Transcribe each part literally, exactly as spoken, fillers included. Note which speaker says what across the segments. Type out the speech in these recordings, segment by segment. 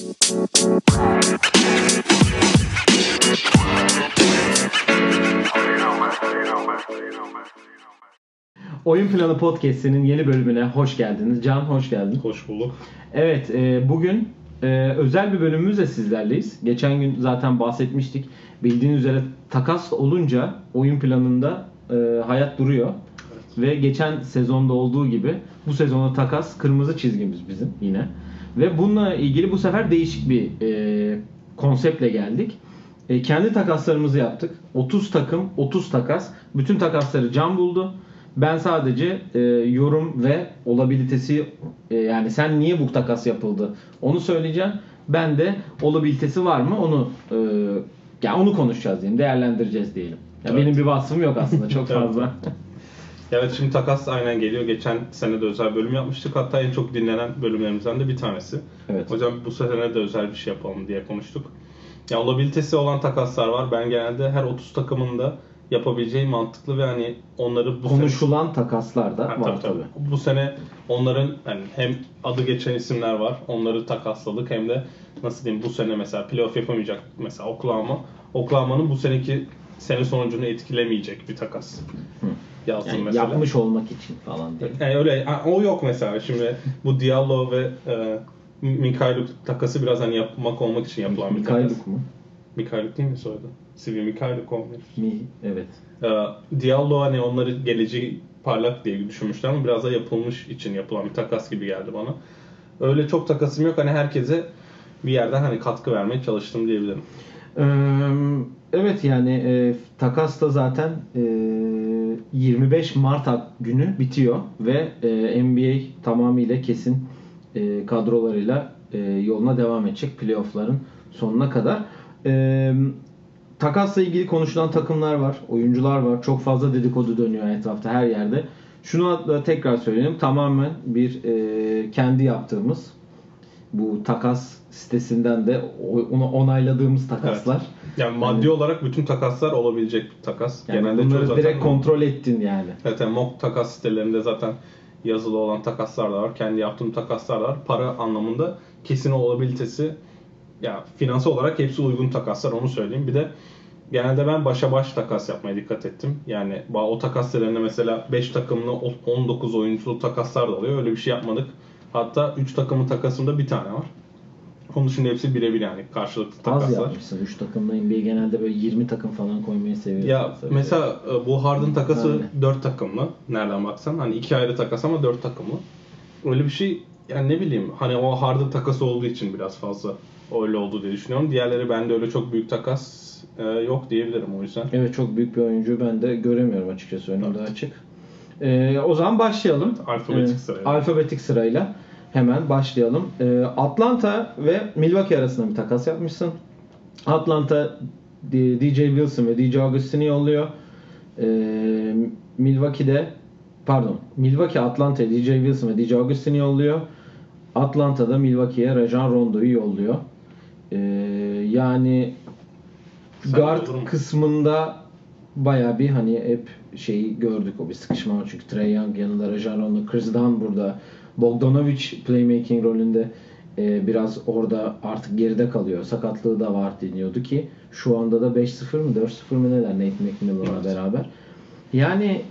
Speaker 1: Oyun Planı Podcast'inin yeni bölümüne hoş geldiniz. Can, hoş geldin.
Speaker 2: Hoş bulduk.
Speaker 1: Evet, e, bugün e, özel bir bölümümüzle sizlerleyiz. Geçen gün zaten bahsetmiştik. Bildiğiniz üzere takas olunca oyun planında e, hayat duruyor. Evet. Ve geçen sezonda olduğu gibi bu sezonda takas kırmızı çizgimiz bizim yine. Ve bununla ilgili bu sefer değişik bir e, konseptle geldik. E, kendi takaslarımızı yaptık. otuz takım, otuz takas. Bütün takasları Can buldu. Ben sadece e, yorum ve olabilitesi e, yani sen niye bu takas yapıldı onu söyleyeceğim. Ben de olabilitesi var mı onu e, yani onu konuşacağız diyelim, değerlendireceğiz diyelim. Ya evet. Benim bir vasfım yok aslında çok fazla.
Speaker 2: Evet, şimdi takas aynen geliyor. Geçen sene de özel bölüm yapmıştık. Hatta en çok dinlenen bölümlerimizden de bir tanesi. Evet. Hocam bu sene de özel bir şey yapalım diye konuştuk. Ya olabilitesi olan takaslar var. Ben genelde her otuz takımın da yapabileceği mantıklı ve hani onları bu
Speaker 1: konuşulan
Speaker 2: sene...
Speaker 1: takaslar da ha, var tabii,
Speaker 2: tabii. Bu sene onların hani hem adı geçen isimler var. Onları takasladık hem de nasıl diyeyim bu sene mesela playoff yapamayacak mesela Oklahoma. Oklahoma'nın bu seneki sene sonucunu etkilemeyecek bir takas. Hı. Yazdım
Speaker 1: yani
Speaker 2: mesela.
Speaker 1: Yapmış olmak için falan diye.
Speaker 2: Yani öyle o yok mesela. Şimdi bu Diallo ve e, Mikhailuk takası biraz hani yapmak olmak için yapılan bir takas.
Speaker 1: Mikhailuk mu?
Speaker 2: Mikhailuk değil mi soyadı? Sivri Mikhailuk olmuş.
Speaker 1: Mi, evet.
Speaker 2: E, Diallo hani onları geleceği parlak diye düşünmüşler ama biraz da yapılmış için yapılan bir takas gibi geldi bana. Öyle çok takasım yok. Hani herkese bir yerden hani katkı vermeye çalıştım diyebilirim.
Speaker 1: Ee, evet yani e, takas da zaten e, yirmi beş Mart günü bitiyor ve e, N B A tamamıyla kesin e, kadrolarıyla e, yoluna devam edecek playoff'ların sonuna kadar. E, takasla ilgili konuşulan takımlar var, oyuncular var. Çok fazla dedikodu dönüyor etrafta her yerde. Şunu da tekrar söyleyeyim. Tamamen bir e, kendi yaptığımız bu takas sitesinden de onu onayladığımız takaslar. Evet.
Speaker 2: Yani maddi yani, olarak bütün takaslar olabilecek bir takas.
Speaker 1: Yani genelde bunları zaten direkt kontrol ettin yani.
Speaker 2: Evet, yani mock takas sitelerinde zaten yazılı olan takaslar da var. Kendi yaptığım takaslar da var. Para anlamında kesin olabilitesi ya finansal olarak hepsi uygun takaslar, onu söyleyeyim. Bir de genelde ben başa baş takas yapmaya dikkat ettim. Yani o takas sitelerinde mesela beş takımlı on dokuz oyunculu takaslar da oluyor. Öyle bir şey yapmadık. Hatta üç takımın takasında bir tane var. Onun dışında hepsi birebir yani karşılıklı takaslar.
Speaker 1: Az yapmışsın. üç takımda N B A genelde böyle yirmi takım falan koymayı seviyor.
Speaker 2: Ya mesela bu Harden takası yani dört takımlı. Nereden baksan hani iki ayrı takas ama dört takımlı. Öyle bir şey yani ne bileyim hani o Harden takası olduğu için biraz fazla öyle oldu diye düşünüyorum. Diğerleri bende öyle çok büyük takas e, yok diyebilirim o yüzden.
Speaker 1: Evet, çok büyük bir oyuncu ben de göremiyorum açıkçası önümde evet. açık. Ee, o zaman başlayalım.
Speaker 2: Evet, alfabetik sırayla.
Speaker 1: Ee, alfabetik sırayla hemen başlayalım. Ee, Atlanta ve Milwaukee arasında bir takas yapmışsın. Atlanta D J Wilson ve D J Augustin'i yolluyor. Ee, Milwaukee'de pardon Milwaukee Atlanta'ya D J Wilson ve D J Augustin'i yolluyor. Atlanta'da Milwaukee'ye Rajon Rondo'yu yolluyor. Ee, yani Sen guard kısmında bayağı bir hani hep şeyi gördük, o bir sıkışma var çünkü Trae Young yanında, Rajon Rondo, Chris Dunn burada, Bogdanovic playmaking rolünde e, biraz orada artık geride kalıyor. Sakatlığı da var deniyordu ki şu anda da beş sıfır mı dört sıfır mı neler Nate McMillan'la evet. beraber. Yani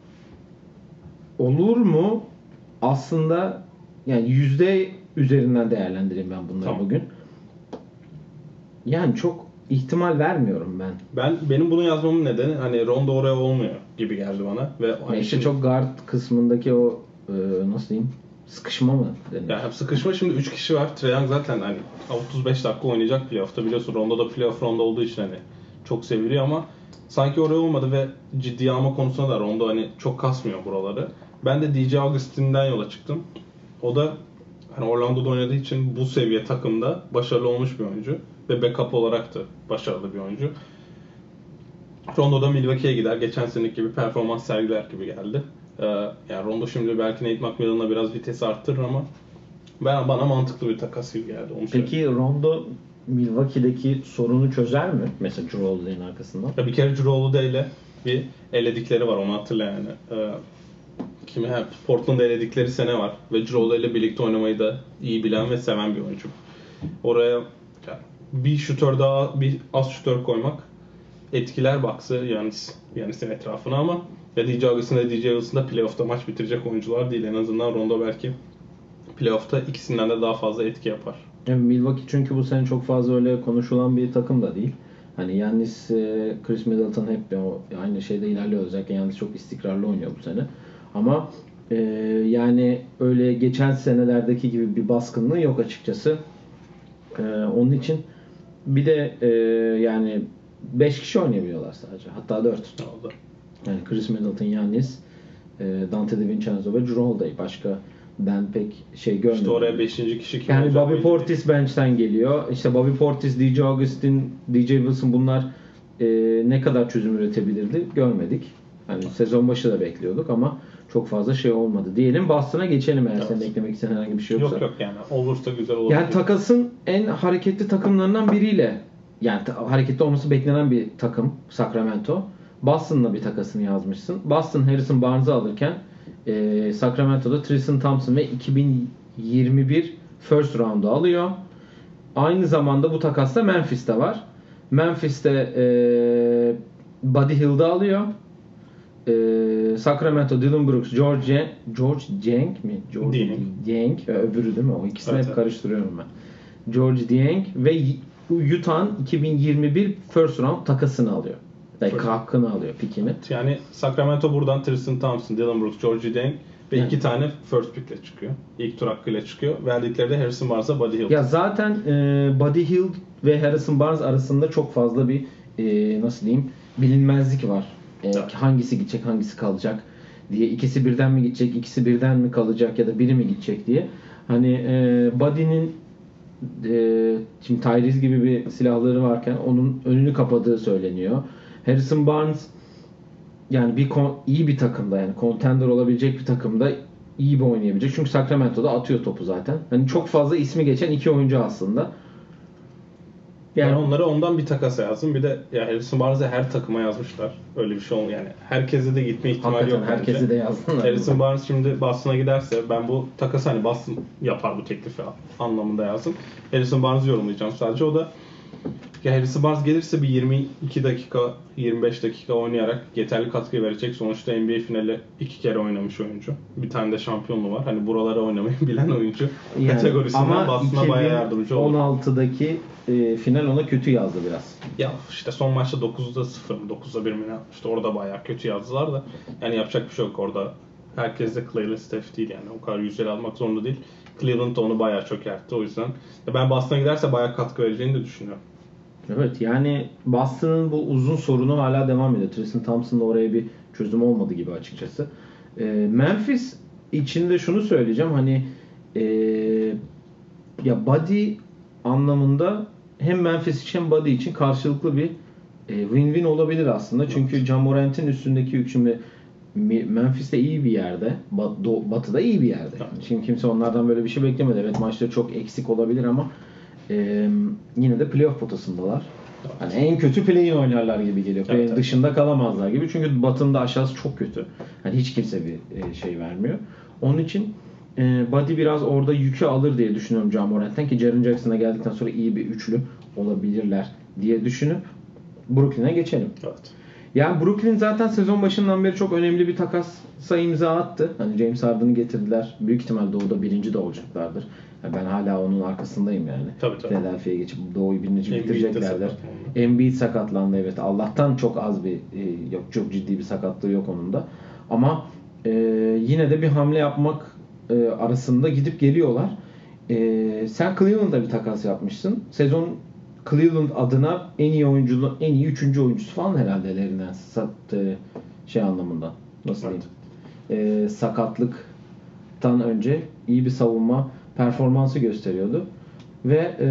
Speaker 1: olur mu? Aslında yani yüzde üzerinden değerlendireyim ben bunları tamam. bugün. Yani çok ihtimal vermiyorum ben.
Speaker 2: Ben benim bunu yazmamın nedeni hani Rondo oraya olmuyor gibi geldi bana ve
Speaker 1: hani işte şimdi... çok guard kısmındaki o e, nasıl diyeyim? Sıkışma mı denir?
Speaker 2: Yani sıkışma, şimdi üç kişi var. Trae Young zaten hani otuz beş dakika oynayacak playoff'ta, biliyorsun. Rondo da playoff Rondo olduğu için hani çok seviliyor ama sanki oraya olmadı ve ciddi alma konusunda da Rondo hani çok kasmıyor buraları. Ben de D J Augustin'den yola çıktım. O da hani Orlando'da oynadığı için bu seviye takımda başarılı olmuş bir oyuncu ve backup olarak da başarılı bir oyuncu. Rondo da Milwaukee'ye gider. Geçen seneki gibi performans sergiler gibi geldi. Ee, yani Rondo şimdi belki Nate McMillan'la biraz vites arttırır ama ben bana mantıklı bir takas gibi geldi. Onu
Speaker 1: Peki
Speaker 2: söyleyeyim.
Speaker 1: Rondo Milwaukee'deki sorunu çözer mi? Mesela Jrue Holiday'in arkasından.
Speaker 2: Ya bir kere Jrue Holiday'le bir eledikleri var, onu hatırla yani. Ee, kimi hep Portland'da eledikleri sene var ve Jrue Holiday'le birlikte oynamayı da iyi bilen ve seven bir oyuncu. oraya yani bir şutör daha, bir az şutör koymak etkiler Bucks'ı Giannis, Giannis'in etrafına ama ya D J Augustin de D J Wilson da playoff'ta maç bitirecek oyuncular değil. En azından Rondo belki playoff'ta ikisinden de daha fazla etki yapar.
Speaker 1: Yani Milwaukee çünkü bu sene çok fazla öyle konuşulan bir takım da değil. Hani Giannis, Chris Middleton hep o aynı şeyde ilerliyor. Özellikle Giannis çok istikrarlı oynuyor bu sene. Ama e, yani öyle geçen senelerdeki gibi bir baskınlığı yok açıkçası. E, onun için bir de e, yani beş kişi oynayabiliyorlar sadece. Hatta dört.
Speaker 2: Oldu.
Speaker 1: Yani Chris Middleton, Giannis, e, Dante DiVincenzo ve Jrue Holiday. Başka ben pek şey görmedim.
Speaker 2: İşte oraya beşinci kişi kim
Speaker 1: yani
Speaker 2: olacak?
Speaker 1: Bobby Portis bench'ten geliyor. İşte Bobby Portis, D J Augustin, D J Wilson bunlar e, ne kadar çözüm üretebilirdi görmedik. Hani sezon başı da bekliyorduk ama çok fazla şey olmadı. Diyelim Boston'a geçelim eğer evet. Senin eklemek istediğin herhangi bir şey yoksa.
Speaker 2: Yok yok yani olursa güzel olur.
Speaker 1: Yani takasın en hareketli takımlarından biriyle yani ta- hareketli olması beklenen bir takım Sacramento. Boston'la bir takasını yazmışsın. Boston Harrison Barnes'ı alırken e, Sacramento'da Tristan Thompson ve iki bin yirmi bir first round'u alıyor. Aynı zamanda bu takasta Memphis'te var. Memphis'te e, Buddy Hield'ı alıyor. E, Sacramento, Dillon Brooks, George Jen- George Dieng mi? George
Speaker 2: Dieng.
Speaker 1: Dieng. Öbürü değil mi? O ikisini
Speaker 2: evet,
Speaker 1: hep
Speaker 2: evet. karıştırıyorum
Speaker 1: ben. George Dieng ve Utah'ın iki bin yirmi bir first round takasını alıyor. Yani hakkını alıyor, pikini.
Speaker 2: Yani Sacramento buradan Tristan Thompson, Dillon Brooks, George Dieng ve
Speaker 1: evet.
Speaker 2: iki tane first pick'le çıkıyor. İlk tur hakkıyla çıkıyor. Verdikleri de Harrison Barnes'a Buddy Hield.
Speaker 1: Ya zaten e, Buddy Hield ve Harrison Barnes arasında çok fazla bir e, nasıl diyeyim bilinmezlik var. E,
Speaker 2: evet.
Speaker 1: Hangisi gidecek, hangisi kalacak diye. İkisi birden mi gidecek, ikisi birden mi kalacak ya da biri mi gidecek diye. Hani e, Buddy'nin e, şimdi Tyrese gibi bir silahları varken onun önünü kapadığı söyleniyor. Harrison Barnes yani bir kon, iyi bir takımda yani contender olabilecek bir takımda iyi bir oynayabilecek. Çünkü Sacramento'da atıyor topu zaten. Hani çok fazla ismi geçen iki oyuncu aslında.
Speaker 2: Yani ben onları ondan bir takasa yazdım. Bir de ya Harrison Barnes'ı her takıma yazmışlar. Öyle bir şey olmuyor yani. Herkese de gitme ihtimali
Speaker 1: hakikaten
Speaker 2: yok
Speaker 1: herkese
Speaker 2: bence.
Speaker 1: de yazdılar.
Speaker 2: Harrison Barnes şimdi Boston'a giderse ben bu takası hani Boston yapar bu teklifi anlamında yazdım. Harrison Barnes'ı yorumlayacağım sadece. O da ya Harrison Barnes gelirse bir yirmi iki dakika, yirmi beş dakika oynayarak yeterli katkı verecek. Sonuçta N B A finali iki kere oynamış oyuncu. Bir tane de şampiyonluğu var. Hani buralara oynamayı bilen oyuncu yani, kategorisinden Boston'a bayağı yardımcı oldu.
Speaker 1: on altıdaki e, final ona kötü yazdı biraz.
Speaker 2: Ya işte son maçta dokuzda sıfır mı, dokuzda bir mi ne yapmıştı. Orada bayağı kötü yazdılar da. Yani yapacak bir şey yok orada. Herkes de Clay'le Steph değil yani. O kadar yüzdeli almak zorunda değil. Cleveland da onu bayağı çökertti o yüzden. Ben Boston'a giderse bayağı katkı vereceğini de düşünüyorum.
Speaker 1: Evet yani Boston'ın bu uzun sorunu hala devam ediyor. Tristan Thompson'da oraya bir çözüm olmadı gibi açıkçası. E, Memphis içinde şunu söyleyeceğim hani e, ya Buddy anlamında hem Memphis için hem Buddy için karşılıklı bir e, win-win olabilir aslında. Çünkü Ja Morant'in üstündeki yük şimdi Memphis'te iyi bir yerde. Bat, Do, batı'da iyi bir yerde. Yani şimdi kimse onlardan böyle bir şey beklemedi. Evet maçları çok eksik olabilir ama e, yine de playoff potasındalar. Yani en kötü play-in oynarlar gibi geliyor. Evet, evet. Dışında kalamazlar gibi. Çünkü Batı'nın da aşağısı çok kötü. Yani hiç kimse bir şey vermiyor. Onun için e, Buddy biraz orada yükü alır diye düşünüyorum Ja Morant'ten ki Jaren Jackson'a geldikten sonra iyi bir üçlü olabilirler diye düşünüp Brooklyn'e geçelim.
Speaker 2: Evet.
Speaker 1: Yani Brooklyn zaten sezon başından beri çok önemli bir takasa imza attı. Hani James Harden'ı getirdiler. Büyük ihtimal Doğu'da birinci de olacaklardır. Yani ben hala onun arkasındayım yani.
Speaker 2: Tabii tabii.
Speaker 1: Philadelphia'ya geçip Doğu'yu birinci bitireceklerdir. Embiid sakatlandı evet. Allah'tan çok az bir yok çok ciddi bir sakatlığı yok onun da. Ama e, yine de bir hamle yapmak e, arasında gidip geliyorlar. E, sen Cleveland'da bir takas yapmışsın. Sezon Cleveland adına en iyi oyuncu, en iyi üçüncü oyuncusu falan herhalde ellerinden sattığı şey anlamında. Nasıl diyeyim? Evet. E, sakatlıktan önce iyi bir savunma performansı gösteriyordu. Ve e,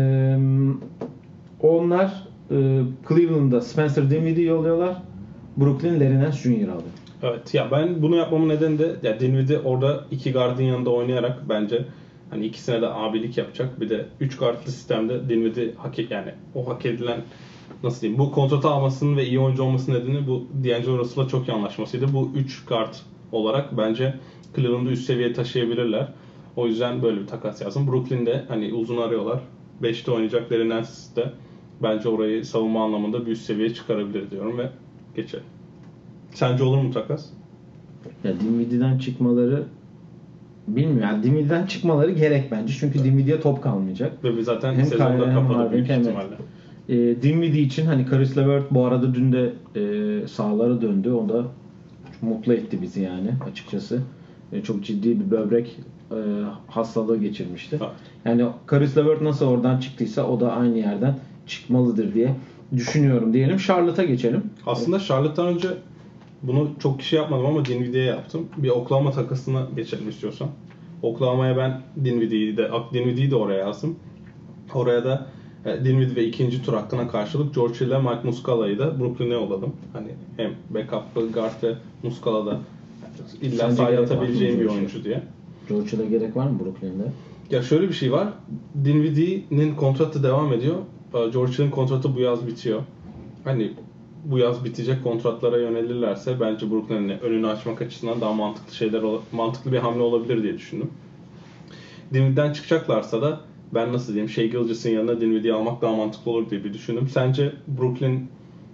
Speaker 1: onlar e, Cleveland'da Spencer Dinwiddie'yi yolluyorlar. Brooklyn Larry Nance Junior aldı.
Speaker 2: Evet ya ben bunu yapmamın nedeni de ya Dinwiddie orada iki guardın yanında oynayarak bence hani ikisine de abilik yapacak. Bir de üç guardlı sistemde Dinwiddie hak yani o hak edilen nasıl diyeyim bu kontratı almasının ve iyi oyuncu olmasının nedeni bu D'Angelo Russell'la çok iyi anlaşmasıydı. Bu üç guard olarak bence Cleveland'ı üst seviyeye taşıyabilirler. O yüzden böyle bir takas yazdım. Brooklyn'de hani uzun arıyorlar. beşte oynayacak Larry Nance de bence orayı savunma anlamında bir üst seviyeye çıkarabilir diyorum ve geçelim. Sence olur mu takas?
Speaker 1: Ya Dinwiddie'den çıkmaları bilmiyorum. Yani Dinwiddie'den çıkmaları gerek bence. Çünkü evet. Dinwiddie'ye top kalmayacak.
Speaker 2: Ve zaten hem sezonda kapalı büyük
Speaker 1: hem
Speaker 2: ihtimalle.
Speaker 1: E, Dinwiddie için hani Caris LeVert bu arada dün de e, sahalara döndü. O da mutlu etti bizi yani açıkçası. E, çok ciddi bir böbrek e, hastalığı geçirmişti. Evet. Yani Caris LeVert nasıl oradan çıktıysa o da aynı yerden çıkmalıdır diye düşünüyorum diyelim. Charlotte'a geçelim.
Speaker 2: Aslında Charlotte'tan önce bunu çok kişi yapmadım ama Dinwiddie'ye yaptım. Bir Oklahoma takasına geçelim istiyorsan. Oklahoma'ya ben Dinwiddie'yi de, Dinwiddie'yi de oraya yazdım. Oraya da Dinwiddie ve ikinci tur hakkına karşılık George Hill ile Mike Muscala'yı da Brooklyn'e yolladım. Hani hem backup guard ve Muscala da illa sahaya atabileceğim bir oyuncu diye.
Speaker 1: George Hill'e gerek var mı Brooklyn'de?
Speaker 2: Ya şöyle bir şey var. Dinwiddie'nin kontratı devam ediyor. George Hill'in kontratı bu yaz bitiyor. Hani bu yaz bitecek kontratlara yönelirlerse bence Brooklyn'in önünü açmak açısından daha mantıklı şeyler, mantıklı bir hamle olabilir diye düşündüm. Dinwiddie'den çıkacaklarsa da ben nasıl diyeyim, Shai Gilgeous'un yanına Dinwiddie'yi almak daha mantıklı olur diye bir düşündüm. Sence Brooklyn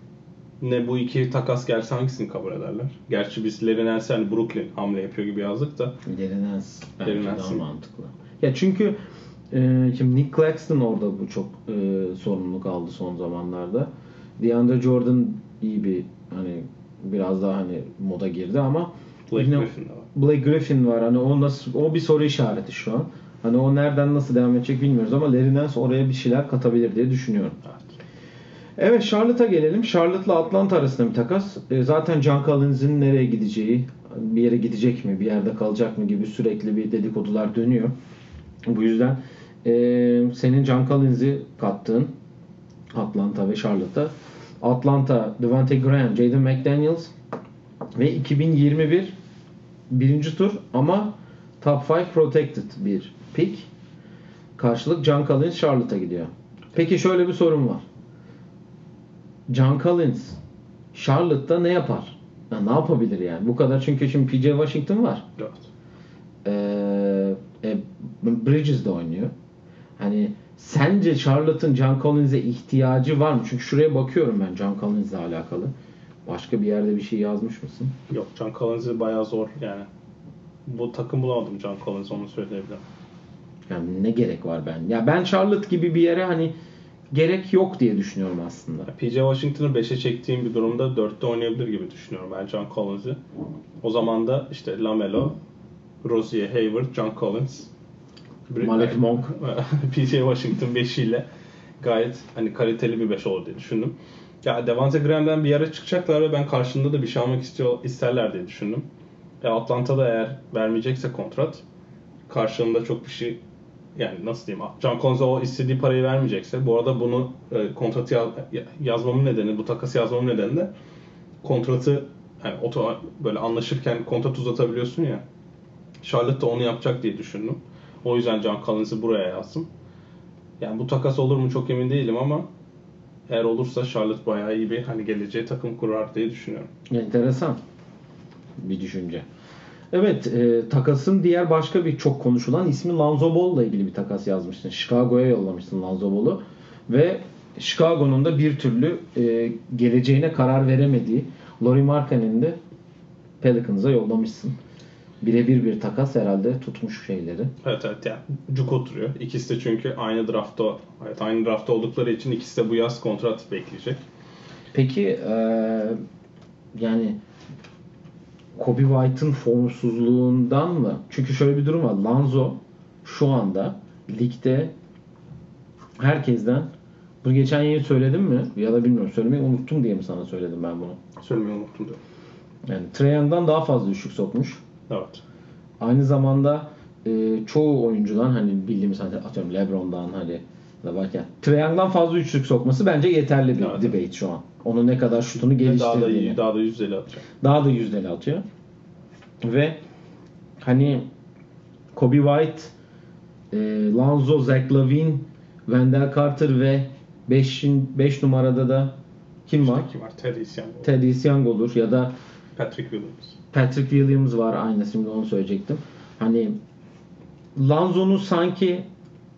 Speaker 2: ne bu iki takas gelse hangisini kabul ederler? Gerçi biz Larry Nance'e hani Brooklyn hamle yapıyor gibi yazdık da.
Speaker 1: Larry Nance bence daha mantıklı. Ya çünkü e, şimdi Nick Claxton orada bu çok e, sorumluluk aldı son zamanlarda. DeAndre Jordan iyi bir hani biraz daha hani moda girdi ama
Speaker 2: Blake Griffin var.
Speaker 1: Blake Griffin var. Hani o nasıl, o bir soru işareti şu an. Hani o nereden nasıl devam edecek bilmiyoruz ama Larry Nance oraya bir şeyler katabilir diye düşünüyorum.
Speaker 2: Evet.
Speaker 1: Evet, Charlotte'a gelelim. Charlotte'la Atlanta arasında bir takas. E, zaten John Collins'in nereye gideceği, bir yere gidecek mi, bir yerde kalacak mı gibi sürekli bir dedikodular dönüyor. Bu yüzden e, senin John Collins'i kattığın Atlanta ve Charlotte'da. Atlanta, Devontae Graham, Jaden McDaniels ve iki bin yirmi bir birinci tur ama top beş protected bir pick. Karşılık John Collins Charlotte'a gidiyor. Peki şöyle bir sorun var. John Collins Charlotte'da ne yapar? Ya ne yapabilir yani? Bu kadar, çünkü şimdi P J Washington var.
Speaker 2: Evet.
Speaker 1: Ee, e, Bridges de oynuyor. Hani sence Charlotte'ın John Collins'e ihtiyacı var mı? Çünkü şuraya bakıyorum ben John Collins'le alakalı. Başka bir yerde bir şey yazmış mısın?
Speaker 2: Yok, John Collins'i bayağı zor yani. Bu takım bulamadım John Collins, onu söyleyebilirim.
Speaker 1: Yani ne gerek var ben? Ya ben Charlotte gibi bir yere hani gerek yok diye düşünüyorum aslında.
Speaker 2: P J Washington'ı beşe çektiğim bir durumda dörtte oynayabilir gibi düşünüyorum ben John Collins'i. O zaman da işte LaMelo, Rozier, Hayward, John Collins,
Speaker 1: Malik Monk,
Speaker 2: P J Washington beşiyle gayet hani kaliteli bir beş olur diye düşündüm. Ya Devontae Graham'den bir yere çıkacaklar ve ben karşılığında da bir şey almak istiyor isterler diye düşündüm. E Atlanta'da eğer vermeyecekse kontrat, karşılığında çok bir şey, yani nasıl diyeyim, John Collins'e o istediği parayı vermeyecekse, bu arada bunu e, kontratı yaz, yazmamın nedeni, bu takası yazmamın nedeni de kontratı yani oto, böyle anlaşırken kontrat uzatabiliyorsun ya, Charlotte da onu yapacak diye düşündüm. O yüzden John Collins'i buraya yazdım. Yani bu takas olur mu çok emin değilim ama eğer olursa Charlotte bayağı iyi bir hani geleceğe takım kurar diye düşünüyorum.
Speaker 1: Enteresan bir düşünce. Evet, e, takasın diğer başka bir çok konuşulan ismi Lonzo Ball'la ilgili bir takas yazmıştın. Chicago'ya yollamıştın Lonzo Ball'u ve Chicago'nun da bir türlü e, geleceğine karar veremediği Lauri Markkanen'i de Pelicans'a yollamışsın. Birebir bir takas herhalde tutmuş şeyleri.
Speaker 2: Evet evet, yani cuk oturuyor. İkisi de çünkü aynı draftta, evet aynı draftta oldukları için ikisi de bu yaz kontrat bekleyecek.
Speaker 1: Peki e, yani Kobe White'ın formsuzluğundan mı? Çünkü şöyle bir durum var. Lonzo şu anda ligde herkesten, bunu geçen yayın söyledim mi? Ya da bilmiyorum, söylemeyi unuttum diye mi sana söyledim ben bunu?
Speaker 2: Söylemeyi unuttum diyor.
Speaker 1: Yani Trae Young'dan daha fazla üçlük sokmuş.
Speaker 2: Evet.
Speaker 1: Aynı zamanda e, çoğu oyuncudan, hani bildiğimiz, hani atıyorum LeBron'dan hani da varken Trae Young'dan fazla üçlük sokması bence yeterli bir evet. debate şu an. Onun ne kadar şutunu geliştirdiğini.
Speaker 2: Daha da iyi, daha da yüzdeli atıyor.
Speaker 1: Daha da yüzdeli atıyor. Ve hani Kobe White, e, Lonzo, Zach LaVine, Wendell Carter ve beş numarada da kim var?
Speaker 2: İşte kim var? Thaddeus Young olur.
Speaker 1: Thaddeus Young olur ya da
Speaker 2: Patrick Williams.
Speaker 1: Patrick Williams var, aynı, şimdi onu söyleyecektim. Hani Lonzo'nun sanki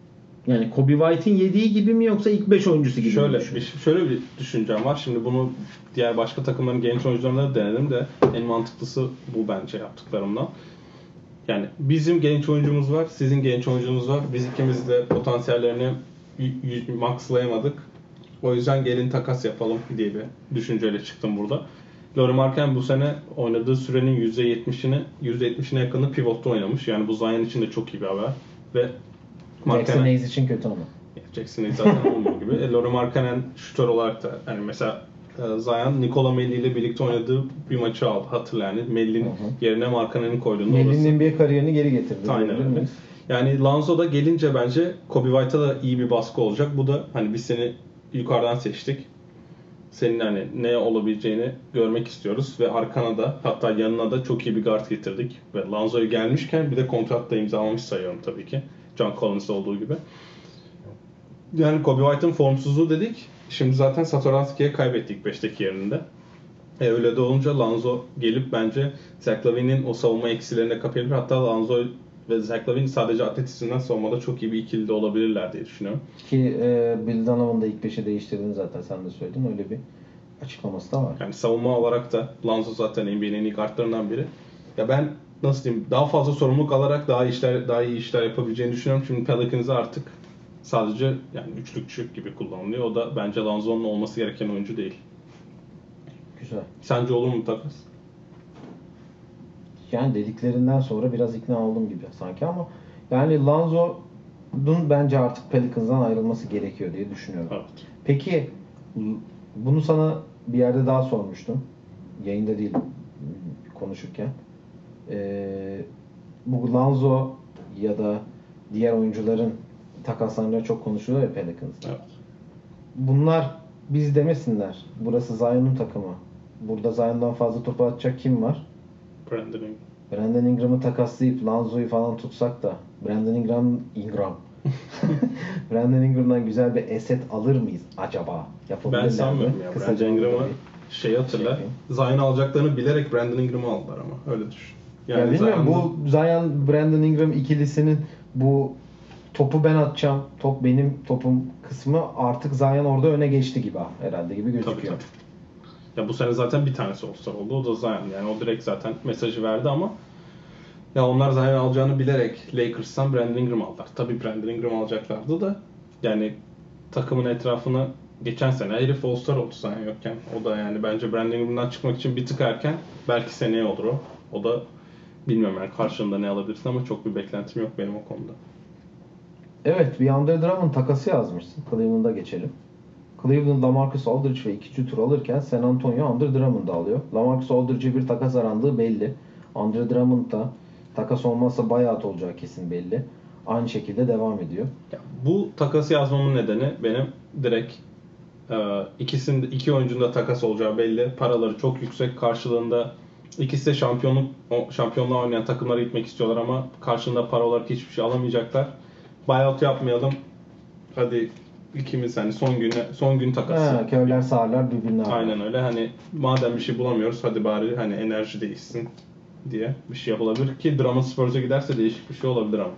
Speaker 1: Yani Kobe White'in yediği gibi mi yoksa ilk beş oyuncusu gibi
Speaker 2: şöyle,
Speaker 1: mi?
Speaker 2: Bir, şöyle bir düşüncem var. Şimdi bunu diğer başka takımların genç oyuncularına da denedim de en mantıklısı bu bence yaptıklarımdan. Yani bizim genç oyuncumuz var, sizin genç oyuncunuz var. Biz ikimiz de potansiyellerini maxlayamadık. O yüzden gelin takas yapalım diye bir düşünceyle çıktım burada. Lauri Markkanen bu sene oynadığı sürenin yüzde yetmişini, yüzde yetmişine yakını pivotta oynamış. Yani bu Zion için de çok iyi bir haber. Ve
Speaker 1: Jackson Hayes için kötü ama.
Speaker 2: Jackson Hayes zaten olmuyor gibi. E, Lauri Markkanen şutör olarak da yani mesela e, Zion Nikola Melli ile birlikte oynadığı bir maçı aldı. Hatırla yani. Melli'nin yerine Markkanen'i koyduğunda
Speaker 1: Melli'nin N B A kariyerini geri getirdi.
Speaker 2: Aynen öyle. Yani Lonzo da gelince bence Kobe White'a da iyi bir baskı olacak. Bu da hani biz seni yukarıdan seçtik. Senin hani ne olabileceğini görmek istiyoruz ve arkana da hatta yanına da çok iyi bir guard getirdik. Ve Lonzo'yu gelmişken bir de kontratta imzalamış sayıyorum tabii ki. John Collins'da olduğu gibi. Yani Kobe White'ın formsuzluğu dedik. Şimdi zaten Satoranski'ye kaybettik beşteki yerinde. E öyle de olunca Lonzo gelip bence Zach LaVine'in o savunma eksilerini kapayabilir. Hatta Lonzo ve Zach LaVine sadece atletizmden savunmada çok iyi bir ikili de olabilirler diye düşünüyorum.
Speaker 1: Ki e, Bill Donovan da ilk beşe değiştirdiğini zaten sen de söyledin. Öyle bir açıklaması da var.
Speaker 2: Yani savunma olarak da Lonzo zaten N B A'nin en iyi kartlarından biri. Ya ben nasıl diyeyim daha fazla sorumluluk alarak daha işler daha iyi işler yapabileceğini düşünüyorum. Çünkü Pelicans'ı artık sadece yani üçlükçü gibi kullanılıyor. O da bence Lonzo'nun olması gereken oyuncu değil.
Speaker 1: Güzel.
Speaker 2: Sence olur mu takas?
Speaker 1: Yani dediklerinden sonra biraz ikna oldum gibi sanki ama yani Lonzo'nun bence artık Pelicans'dan ayrılması gerekiyor diye düşünüyorum.
Speaker 2: Evet.
Speaker 1: Peki bunu sana bir yerde daha sormuştum. Yayında değil, konuşurken. Ee, bu Lonzo ya da diğer oyuncuların takaslarında çok konuşuluyor ya Pelicans'ta.
Speaker 2: Evet.
Speaker 1: Bunlar biz demesinler. Burası Zion'un takımı. Burada Zion'dan fazla top atacak kim var?
Speaker 2: Brandon Ingram.
Speaker 1: Brandon Ingram'ı takaslayıp Lonzo'yu falan tutsak da Brandon Ingram Ingram Brandon Ingram'dan güzel bir eset alır mıyız acaba?
Speaker 2: Ben sanmıyorum ya. Brandon Ingram'ı şey hatırla. Şey Zion alacaklarını bilerek Brandon Ingram'ı aldılar ama. Öyle düşün.
Speaker 1: Yani ya bilmiyorum bu Zion Brandon Ingram ikilisinin bu topu ben atacağım, top benim topum kısmı artık Zion orada öne geçti gibi herhalde gibi gözüküyor.
Speaker 2: Tabii, tabii. Ya bu sene zaten bir tanesi All-Star oldu. O da Zion. Yani o direkt zaten mesajı verdi ama ya onlar Zion alacağını bilerek Lakers'tan Brandon Ingram aldılar. Tabii Brandon Ingram alacaklardı da yani takımın etrafına geçen sene herif All-Star oldu Zion yokken. O da yani bence Brandon Ingram'dan çıkmak için bir tık erken. Belki seneye olur o. O da bilmiyorum yani karşılığında ne alabilirsin ama çok bir beklentim yok benim o konuda.
Speaker 1: Evet, bir Andre Drummond takası yazmışsın. Cleveland'a geçelim. Cleveland LaMarcus Aldridge ve ikinci tur alırken San Antonio Andre Drummond'ı alıyor. LaMarcus Aldridge'e bir takas arandığı belli. Andre Drummond da takas olmazsa buyout olacağı kesin belli. Aynı şekilde devam ediyor.
Speaker 2: Ya, bu takası yazmamın nedeni benim direkt e, ikisinin iki oyuncunun da takas olacağı belli. Paraları çok yüksek. Karşılığında ikisi de şampiyonluk şampiyonluğa oynayan takımlara gitmek istiyorlar ama karşılığında para olarak hiçbir şey alamayacaklar. Buyout yapmayalım. Hadi ikimiz hani son güne son gün takası.
Speaker 1: Ha, körler sağırlar birbirine ağırlar.
Speaker 2: Aynen öyle. Hani madem bir şey bulamıyoruz hadi bari hani enerji değişsin diye bir şey yapılabilir ki Drummond Spurs'a giderse değişik bir şey olabilir ama.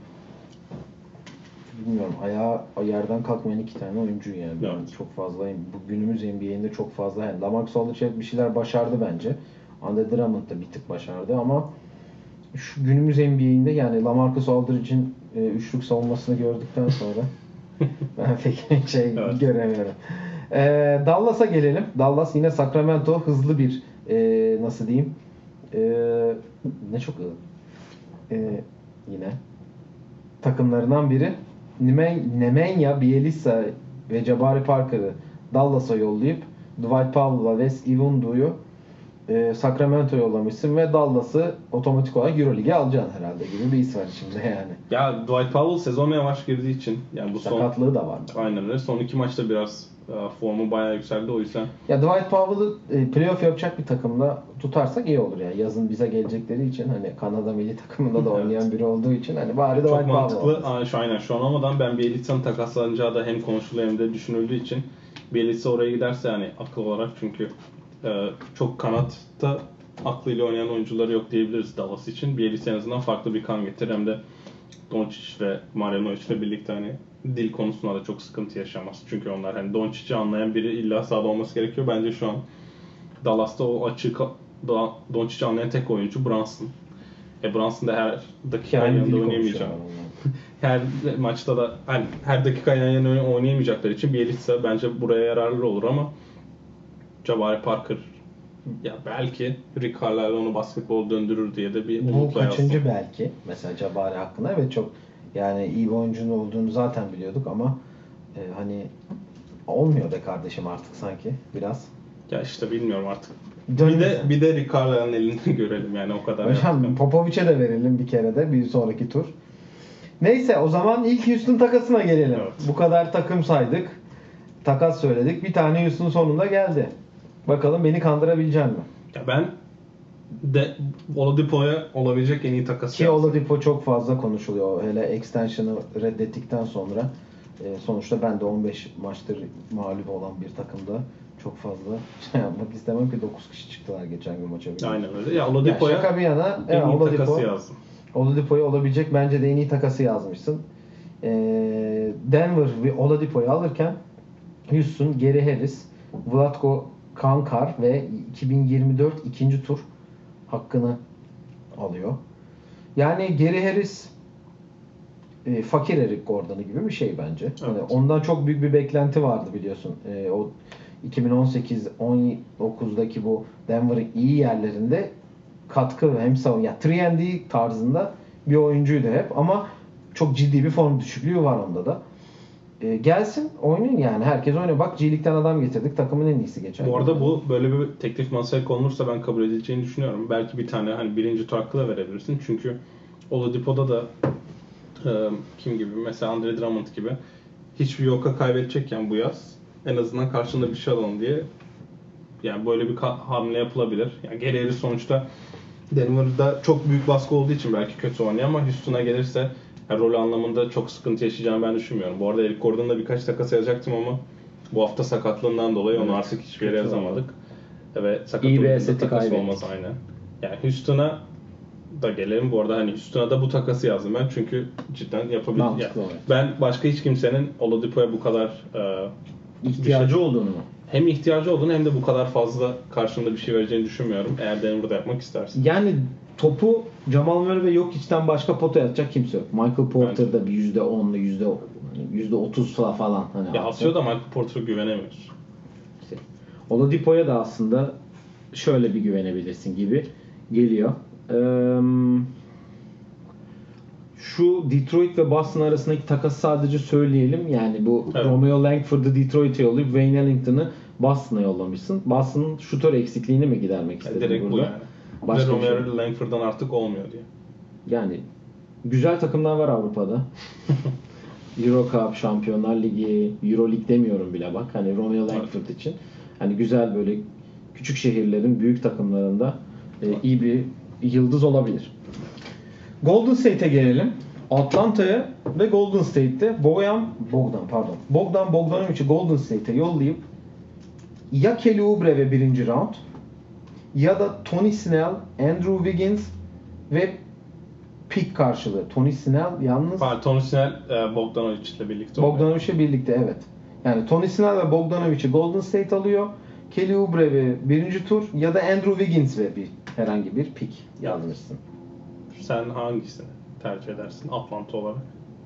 Speaker 1: Bilmiyorum. Ayağa yerden kalkmayan iki tane oyuncu yani. Ben
Speaker 2: evet.
Speaker 1: çok fazla bu günümüz N B A'inde çok fazla yani LaMarcus Aldridge bir şeyler başardı bence. Andre Drummond da bir tık başardı ama şu günümüz N B A'inde yani LaMarcus Aldridge'in e, üçlük savunmasını gördükten sonra ben pek şey evet. göremiyorum. E, Dallas'a gelelim. Dallas yine Sacramento hızlı bir e, nasıl diyeyim e, ne çok e, yine takımlarından biri. Nemanja Bjelica ve Jabari Parker'ı Dallas'a yollayıp Dwight Powell'la Wes Iwundu'yu e, Sacramento'ya yollamışsın ve Dallas'ı otomatik olarak Euroleague'e alacaksın herhalde gibi bir his var içimde yani.
Speaker 2: Ya Dwight Powell sezona yavaş girdiği için yani bu
Speaker 1: sakatlığı
Speaker 2: son,
Speaker 1: da var.
Speaker 2: Aynen öyle. Son iki maçta biraz uh, formu bayağı yükseldi o yüzden.
Speaker 1: Ya Dwight Powell'ı e, playoff yapacak bir takımda tutarsak iyi olur yani. Yazın bize gelecekleri için hani Kanada milli takımında da oynayan evet. biri olduğu için hani bari Dwight Powell.
Speaker 2: Çok mantıklı. Aa, şu aynen şu an olmadan ben Bjelica'nın takaslanacağı da hem konuşuluyor hem de düşünüldüğü için Bjelica oraya giderse yani akıl olarak çünkü e, çok kanatta aklıyla oynayan oyuncuları yok diyebiliriz Dallas için. Bjelica en azından farklı bir kan getirir hem de Doncic ve Marjanovic ile birlikte hani dil konusunda da çok sıkıntı yaşamaz. Çünkü onlar hani Doncic'i anlayan biri illa sahada olması gerekiyor. Bence şu an Dallas'ta o açığı Doncic'i anlayan tek oyuncu Brunson. E Brunson da her dakika
Speaker 1: Yani
Speaker 2: yanında
Speaker 1: dil
Speaker 2: oynayamayacak.
Speaker 1: konuşuyor.
Speaker 2: Her maçta da hani her dakika yan yana oynayamayacakları için Bielitsa bence buraya yararlı olur ama Jabari Parker ya belki Rick Carlisle onu basketbol döndürür diye de bir
Speaker 3: Bu
Speaker 2: umutla
Speaker 3: kaçıncı
Speaker 2: yazdım.
Speaker 3: belki mesela Jabari hakkında. Evet, çok yani iyi bir oyuncunun olduğunu zaten biliyorduk ama e, hani olmuyor be kardeşim artık sanki biraz.
Speaker 2: Ya işte bilmiyorum artık.
Speaker 3: Dön-
Speaker 2: Bir de bir de Rick Carlisle'ın elini görelim yani o kadar.
Speaker 3: Hocam
Speaker 2: yaptık.
Speaker 3: Popovic'e de verelim bir kere de bir sonraki tur. Neyse o zaman ilk Houston takasına gelelim.
Speaker 2: Evet.
Speaker 3: Bu kadar takım saydık. Takas söyledik. Bir tane Houston sonunda geldi. Bakalım beni kandırabilecek mi?
Speaker 2: Ya ben de Oladipo'ya olabilecek en iyi takas
Speaker 3: Ki
Speaker 2: yazdım.
Speaker 3: Oladipo çok fazla konuşuluyor. Hele extension'ı reddettikten sonra e, sonuçta ben de on beş maçtır mağlup olan bir takımda çok fazla şey yapmak istemem ki dokuz kişi çıktılar geçen gün maça.
Speaker 2: Aynen öyle. Ya
Speaker 3: Ya
Speaker 2: Oladipo'ya
Speaker 3: şaka bir yana
Speaker 2: en
Speaker 3: evet,
Speaker 2: iyi
Speaker 3: Oladipo,
Speaker 2: takası yazdım.
Speaker 3: Oladipo'ya olabilecek bence de en iyi takası yazmışsın. E, Denver ve Oladipo'yu alırken Houston, Gary Harris, Vlatko Kankar ve iki bin yirmi dört ikinci tur hakkını alıyor. Yani Gary Harris e, fakir Eric Gordon'u gibi bir şey bence.
Speaker 2: Evet.
Speaker 3: Hani ondan çok büyük bir beklenti vardı biliyorsun. E, o iki bin on sekiz on dokuzdaki bu Denver'ın iyi yerlerinde katkı hem savun ya üç and D tarzında bir oyuncuydu hep ama çok ciddi bir form düşüklüğü var onda da. E, gelsin oynayın yani. Herkes oynuyor. Bak G League'den adam getirdik. Takımın en iyisi geçen.
Speaker 2: Bu arada bu böyle bir teklif masaya konulursa ben kabul edileceğini düşünüyorum. Belki bir tane hani birinci tur hakkı da verebilirsin. Çünkü Oladipo'da da e, kim gibi mesela Andre Drummond gibi hiçbir yoka kaybedecekken bu yaz en azından karşında bir şey alalım diye yani böyle bir ka- hamle yapılabilir. Yani Gary sonuçta Denver'da çok büyük baskı olduğu için belki kötü oynuyor ama Houston'a gelirse yani rol anlamında çok sıkıntı yaşayacağını ben düşünmüyorum. Bu arada Eric Gordon'da birkaç takas yazacaktım ama bu hafta sakatlığından dolayı onu
Speaker 1: Evet,
Speaker 2: artık hiçbir yere
Speaker 1: kötü
Speaker 2: yazamadık. Ve
Speaker 1: İyi
Speaker 2: sakatlığında
Speaker 1: bir
Speaker 2: da
Speaker 1: eseti
Speaker 2: takas
Speaker 1: kaybettik.
Speaker 2: olmaz aynen. Yani Houston'a da gelelim. Bu arada hani Houston'a da bu takası yazdım ben çünkü cidden yapabilir.
Speaker 1: Mantıklı,
Speaker 2: Yani
Speaker 1: evet.
Speaker 2: ben başka hiç kimsenin Oladipo'ya bu kadar e,
Speaker 1: İhtiyacı
Speaker 2: bir şey-
Speaker 1: olduğunu mu?
Speaker 2: hem ihtiyacı olduğunu hem de bu kadar fazla karşılığında bir şey vereceğini düşünmüyorum. Eğer Denver'da yapmak istersen.
Speaker 1: Yani topu Jamal Murray ve Jokic'ten başka potaya atacak kimse yok. Michael Porter'da bir yüzde onlu, yüzde yüzde otuz falan hani
Speaker 2: Ya
Speaker 1: atsa.
Speaker 2: atıyor da Michael Porter'a güvenemiyoruz.
Speaker 1: İşte Oladipo'ya da aslında şöyle bir güvenebilirsin gibi geliyor. Ee, şu Detroit ve Boston arasındaki takası sadece söyleyelim. Yani bu
Speaker 2: Evet.
Speaker 1: Romeo Langford'u Detroit'e yollayıp Wayne Ellington'ı Boston'a yollamışsın. Boston'ın şutör eksikliğini mi gidermek
Speaker 2: Yani
Speaker 1: istedin
Speaker 2: direkt
Speaker 1: burada?
Speaker 2: bu yani.
Speaker 1: Başka
Speaker 2: Ve
Speaker 1: bir şey yok.
Speaker 2: Romeo Langford'dan artık olmuyor diye.
Speaker 1: Yani güzel takımlar var Avrupa'da. Euro Cup, Şampiyonlar Ligi, Euro Lig demiyorum bile bak. Hani Romeo Langford için. Hani güzel böyle küçük şehirlerin büyük takımlarında e, iyi bir yıldız olabilir. Golden State'e gelelim. Atlanta'ya ve Golden State'te Boyan Bogdan pardon. Bogdan Bogdanovic'i Golden State'e yollayıp ya Kelly Oubre birinci round ya da Tony Snell, Andrew Wiggins ve pick karşılığı. Tony Snell yalnız
Speaker 2: Pardon, Tony Snell e, Bogdanovic'le birlikte oluyor.
Speaker 3: Bogdanovic'le birlikte evet. Yani Tony Snell ve Bogdanovic'i Golden State alıyor. Kelly Oubre ve birinci tur ya da Andrew Wiggins ve bir herhangi bir pick yazmışsın.
Speaker 2: Sen hangisini tercih edersin Atlanta olarak?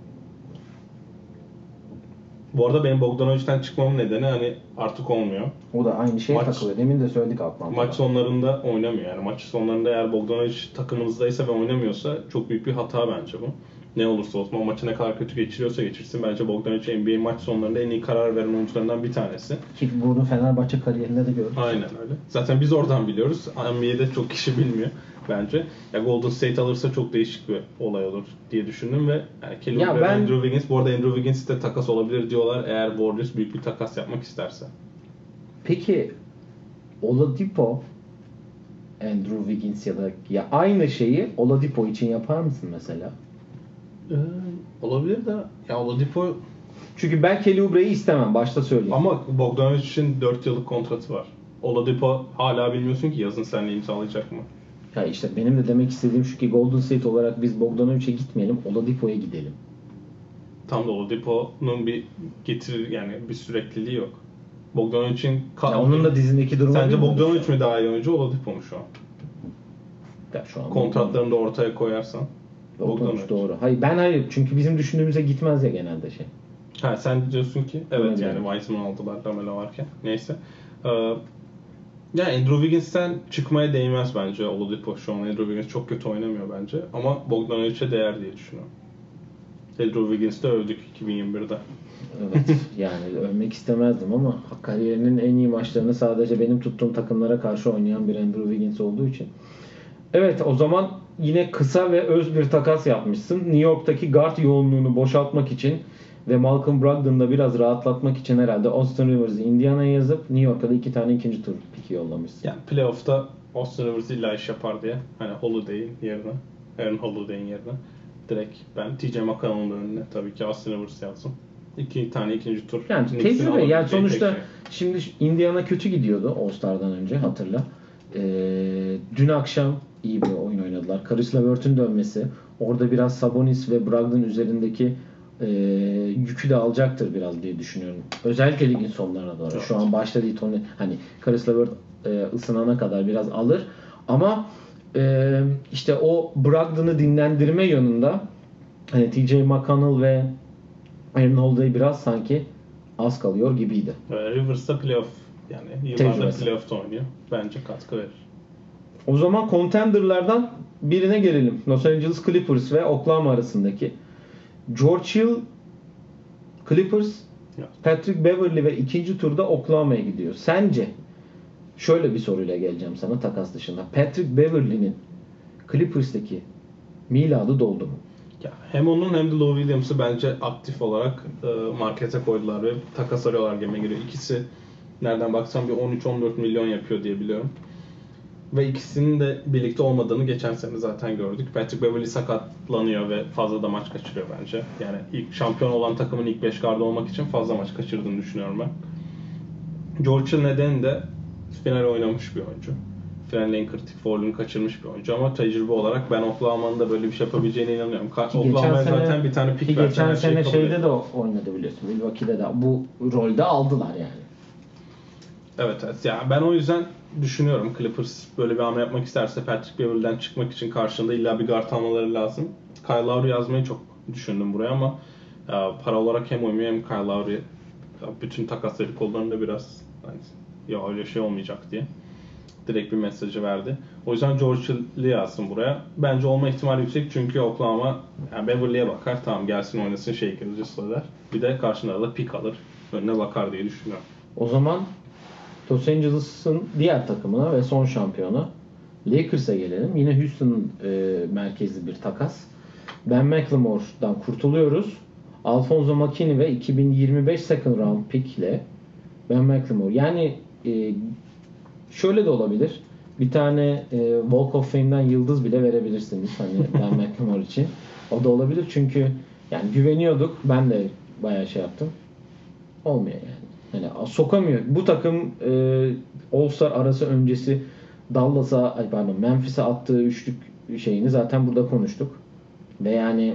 Speaker 2: Bu arada benim Bogdanovic'ten çıkmamın nedeni hani artık olmuyor.
Speaker 3: O da aynı şeye
Speaker 2: Maç-
Speaker 3: takılıyor. Demin de söyledik Atlanta'da.
Speaker 2: Maç sonlarında oynamıyor yani. Maç sonlarında eğer Bogdanovic takımınızdaysa ve oynamıyorsa çok büyük bir hata bence bu. Ne olursa olsun o maçı ne kadar kötü geçiriyorsa geçirsin. Bence Bogdanovic N B A maç sonlarında en iyi karar veren oyuncularından bir tanesi.
Speaker 3: Ki bunu Fenerbahçe kariyerinde de gördük.
Speaker 2: Aynen öyle. Zaten biz oradan biliyoruz. N B A'de çok kişi bilmiyor bence. Ya Golden State alırsa çok değişik bir olay olur diye düşündüm ve yani Kelly
Speaker 1: Ya
Speaker 2: Oubre ve
Speaker 1: ben-
Speaker 2: Andrew Wiggins, bu arada Andrew Wiggins de takas olabilir diyorlar eğer Warriors büyük bir takas yapmak isterse.
Speaker 1: Peki Oladipo, Andrew Wiggins ya da ya aynı şeyi Oladipo için yapar mısın mesela?
Speaker 2: Ee, olabilir de ya Oladipo
Speaker 1: Çünkü ben Kelly Oubre'yi istemem. Başta söyleyeyim.
Speaker 2: ama Bogdanovic için dört yıllık kontratı var. Oladipo hala bilmiyorsun ki yazın seninle imzalayacak mı?
Speaker 1: Ya işte benim de demek istediğim şu ki Golden State olarak biz Bogdanovic'e gitmeyelim, Oladipo'ya gidelim.
Speaker 2: tam da Oladipo'nun bir getirir yani bir sürekliliği yok. Bogdanovic'in
Speaker 3: ya onun da dizindeki durumu.
Speaker 2: Sence Bogdanovic mi daha iyi oyuncu, Oladipo mu şu an?
Speaker 3: Ya şu an
Speaker 2: kontratlarını da ortaya koyarsan.
Speaker 3: Bogdanovic doğru. Hayır ben hayır çünkü bizim düşündüğümüze gitmez ya genelde şey.
Speaker 2: Ha sen diyorsun ki evet
Speaker 3: Öyle
Speaker 2: yani Wiseman aldılar Lamelo varken. Neyse. Ee, yani Andrew Wiggins'ten çıkmaya değmez bence Oladipo şu an. Andrew Wiggins çok kötü oynamıyor bence. Ama Bogdanovic'e değer diye düşünüyorum. Andrew Wiggins'te övdük iki bin yirmi birde.
Speaker 3: Evet yani övmek istemezdim ama kariyerinin en iyi maçlarını sadece benim tuttuğum takımlara karşı oynayan bir Andrew Wiggins olduğu için. Evet o zaman yine kısa ve öz bir takas yapmışsın. New York'taki guard yoğunluğunu boşaltmak için ve Malcolm Brogdon'u da biraz rahatlatmak için herhalde Austin Rivers'ı Indiana'ya yazıp New York'a da iki tane ikinci tur piki yollamışsın.
Speaker 2: Yani playoff'ta Austin Rivers illa iş yapar diye. Hani Holiday'in yerine, Aaron Holiday'in yerine direkt ben T J McConnell'ın önüne tabii ki Austin Rivers yazdım. İki tane ikinci tur.
Speaker 3: Yani
Speaker 2: Knicks'in
Speaker 3: tecrübe. Yani sonuçta
Speaker 2: şey.
Speaker 3: şimdi Indiana kötü gidiyordu All-Star'dan önce hatırla. Ee, dün akşam iyi bir oyun oynadılar. Caris LeVert'ün dönmesi orada biraz Sabonis ve Brogdon üzerindeki e, yükü de alacaktır biraz diye düşünüyorum. Özellikle ligin sonlarına doğru. Evet. Şu an başta değil Tony hani Caris LeVert e, ısınana kadar biraz alır ama e, işte o Brogdon'u dinlendirme yönünde hani T J McConnell ve Aaron Holiday biraz sanki az kalıyor gibiydi.
Speaker 2: Rivers'ta playoff yani yıllardır playoff'ta oynuyor. Bence katkı verir.
Speaker 3: O zaman contender'lardan birine gelelim. Los Angeles Clippers ve Oklahoma arasındaki. George Hill Clippers, evet. Patrick Beverley ve ikinci turda Oklahoma'ya gidiyor. Sence şöyle bir soruyla geleceğim sana takas dışında. Patrick Beverley'nin Clippers'taki miladı doldu mu?
Speaker 2: Ya hem onun hem de Lou Williams'ı bence aktif olarak e, markete koydular ve takas arıyorlar gibime geliyor. İkisi nereden baksam bir on üç on dört milyon yapıyor diye biliyorum. Ve ikisinin de birlikte olmadığını geçen sene zaten gördük. Patrick Beverley sakatlanıyor ve fazla da maç kaçırıyor bence. Yani ilk şampiyon olan takımın ilk beş gardı olmak için fazla maç kaçırdığını düşünüyorum ben. George Hill nedeni de final oynamış bir oyuncu. Finalin en kritik foul'ünü kaçırmış bir oyuncu ama tecrübe olarak ben Oklahoma'nın da böyle bir şey yapabileceğine inanıyorum. Oklahoma'ya zaten bir tane pick versen
Speaker 3: geçen sene şey şeyde de oynadı biliyorsun. Milwaukee'de de bu rolde aldılar yani.
Speaker 2: Evet evet. Yani ben o yüzden düşünüyorum Clippers böyle bir hamle yapmak isterse Patrick Beverley'den çıkmak için karşında illa bir guard almaları lazım. Kyle Lowry yazmayı çok düşündüm buraya ama ya, para olarak hem uymuyor hem Kyle Lowry ya, bütün takasları kollarında biraz hani, ya öyle şey olmayacak diye direkt bir mesajı verdi. O yüzden George Hill'i yazsın buraya. Bence olma ihtimali yüksek çünkü Oklahoma yani Beverley'e bakar tamam gelsin oynasın şey kırıcısı der. Bir de karşında da pick alır. Önüne bakar diye düşünüyorum.
Speaker 3: O zaman Los Angeles'ın diğer takımına ve son şampiyona Lakers'a gelelim. Yine Houston e, merkezli bir takas. Ben McLemore'dan kurtuluyoruz. Alfonso McKinney ve iki bin yirmi beş second round pick ile Ben McLemore. Yani e, şöyle de olabilir. Bir tane e, Walk of Fame'den yıldız bile verebilirsiniz. Hani Ben McLemore için. O da olabilir çünkü yani güveniyorduk. Ben de bayağı şey yaptım. Olmuyor yani. Yani sokamıyor. Bu takım e, All-Star arası öncesi Dallas'a, ay pardon Memphis'e attığı üçlük şeyini zaten burada konuştuk. Ve yani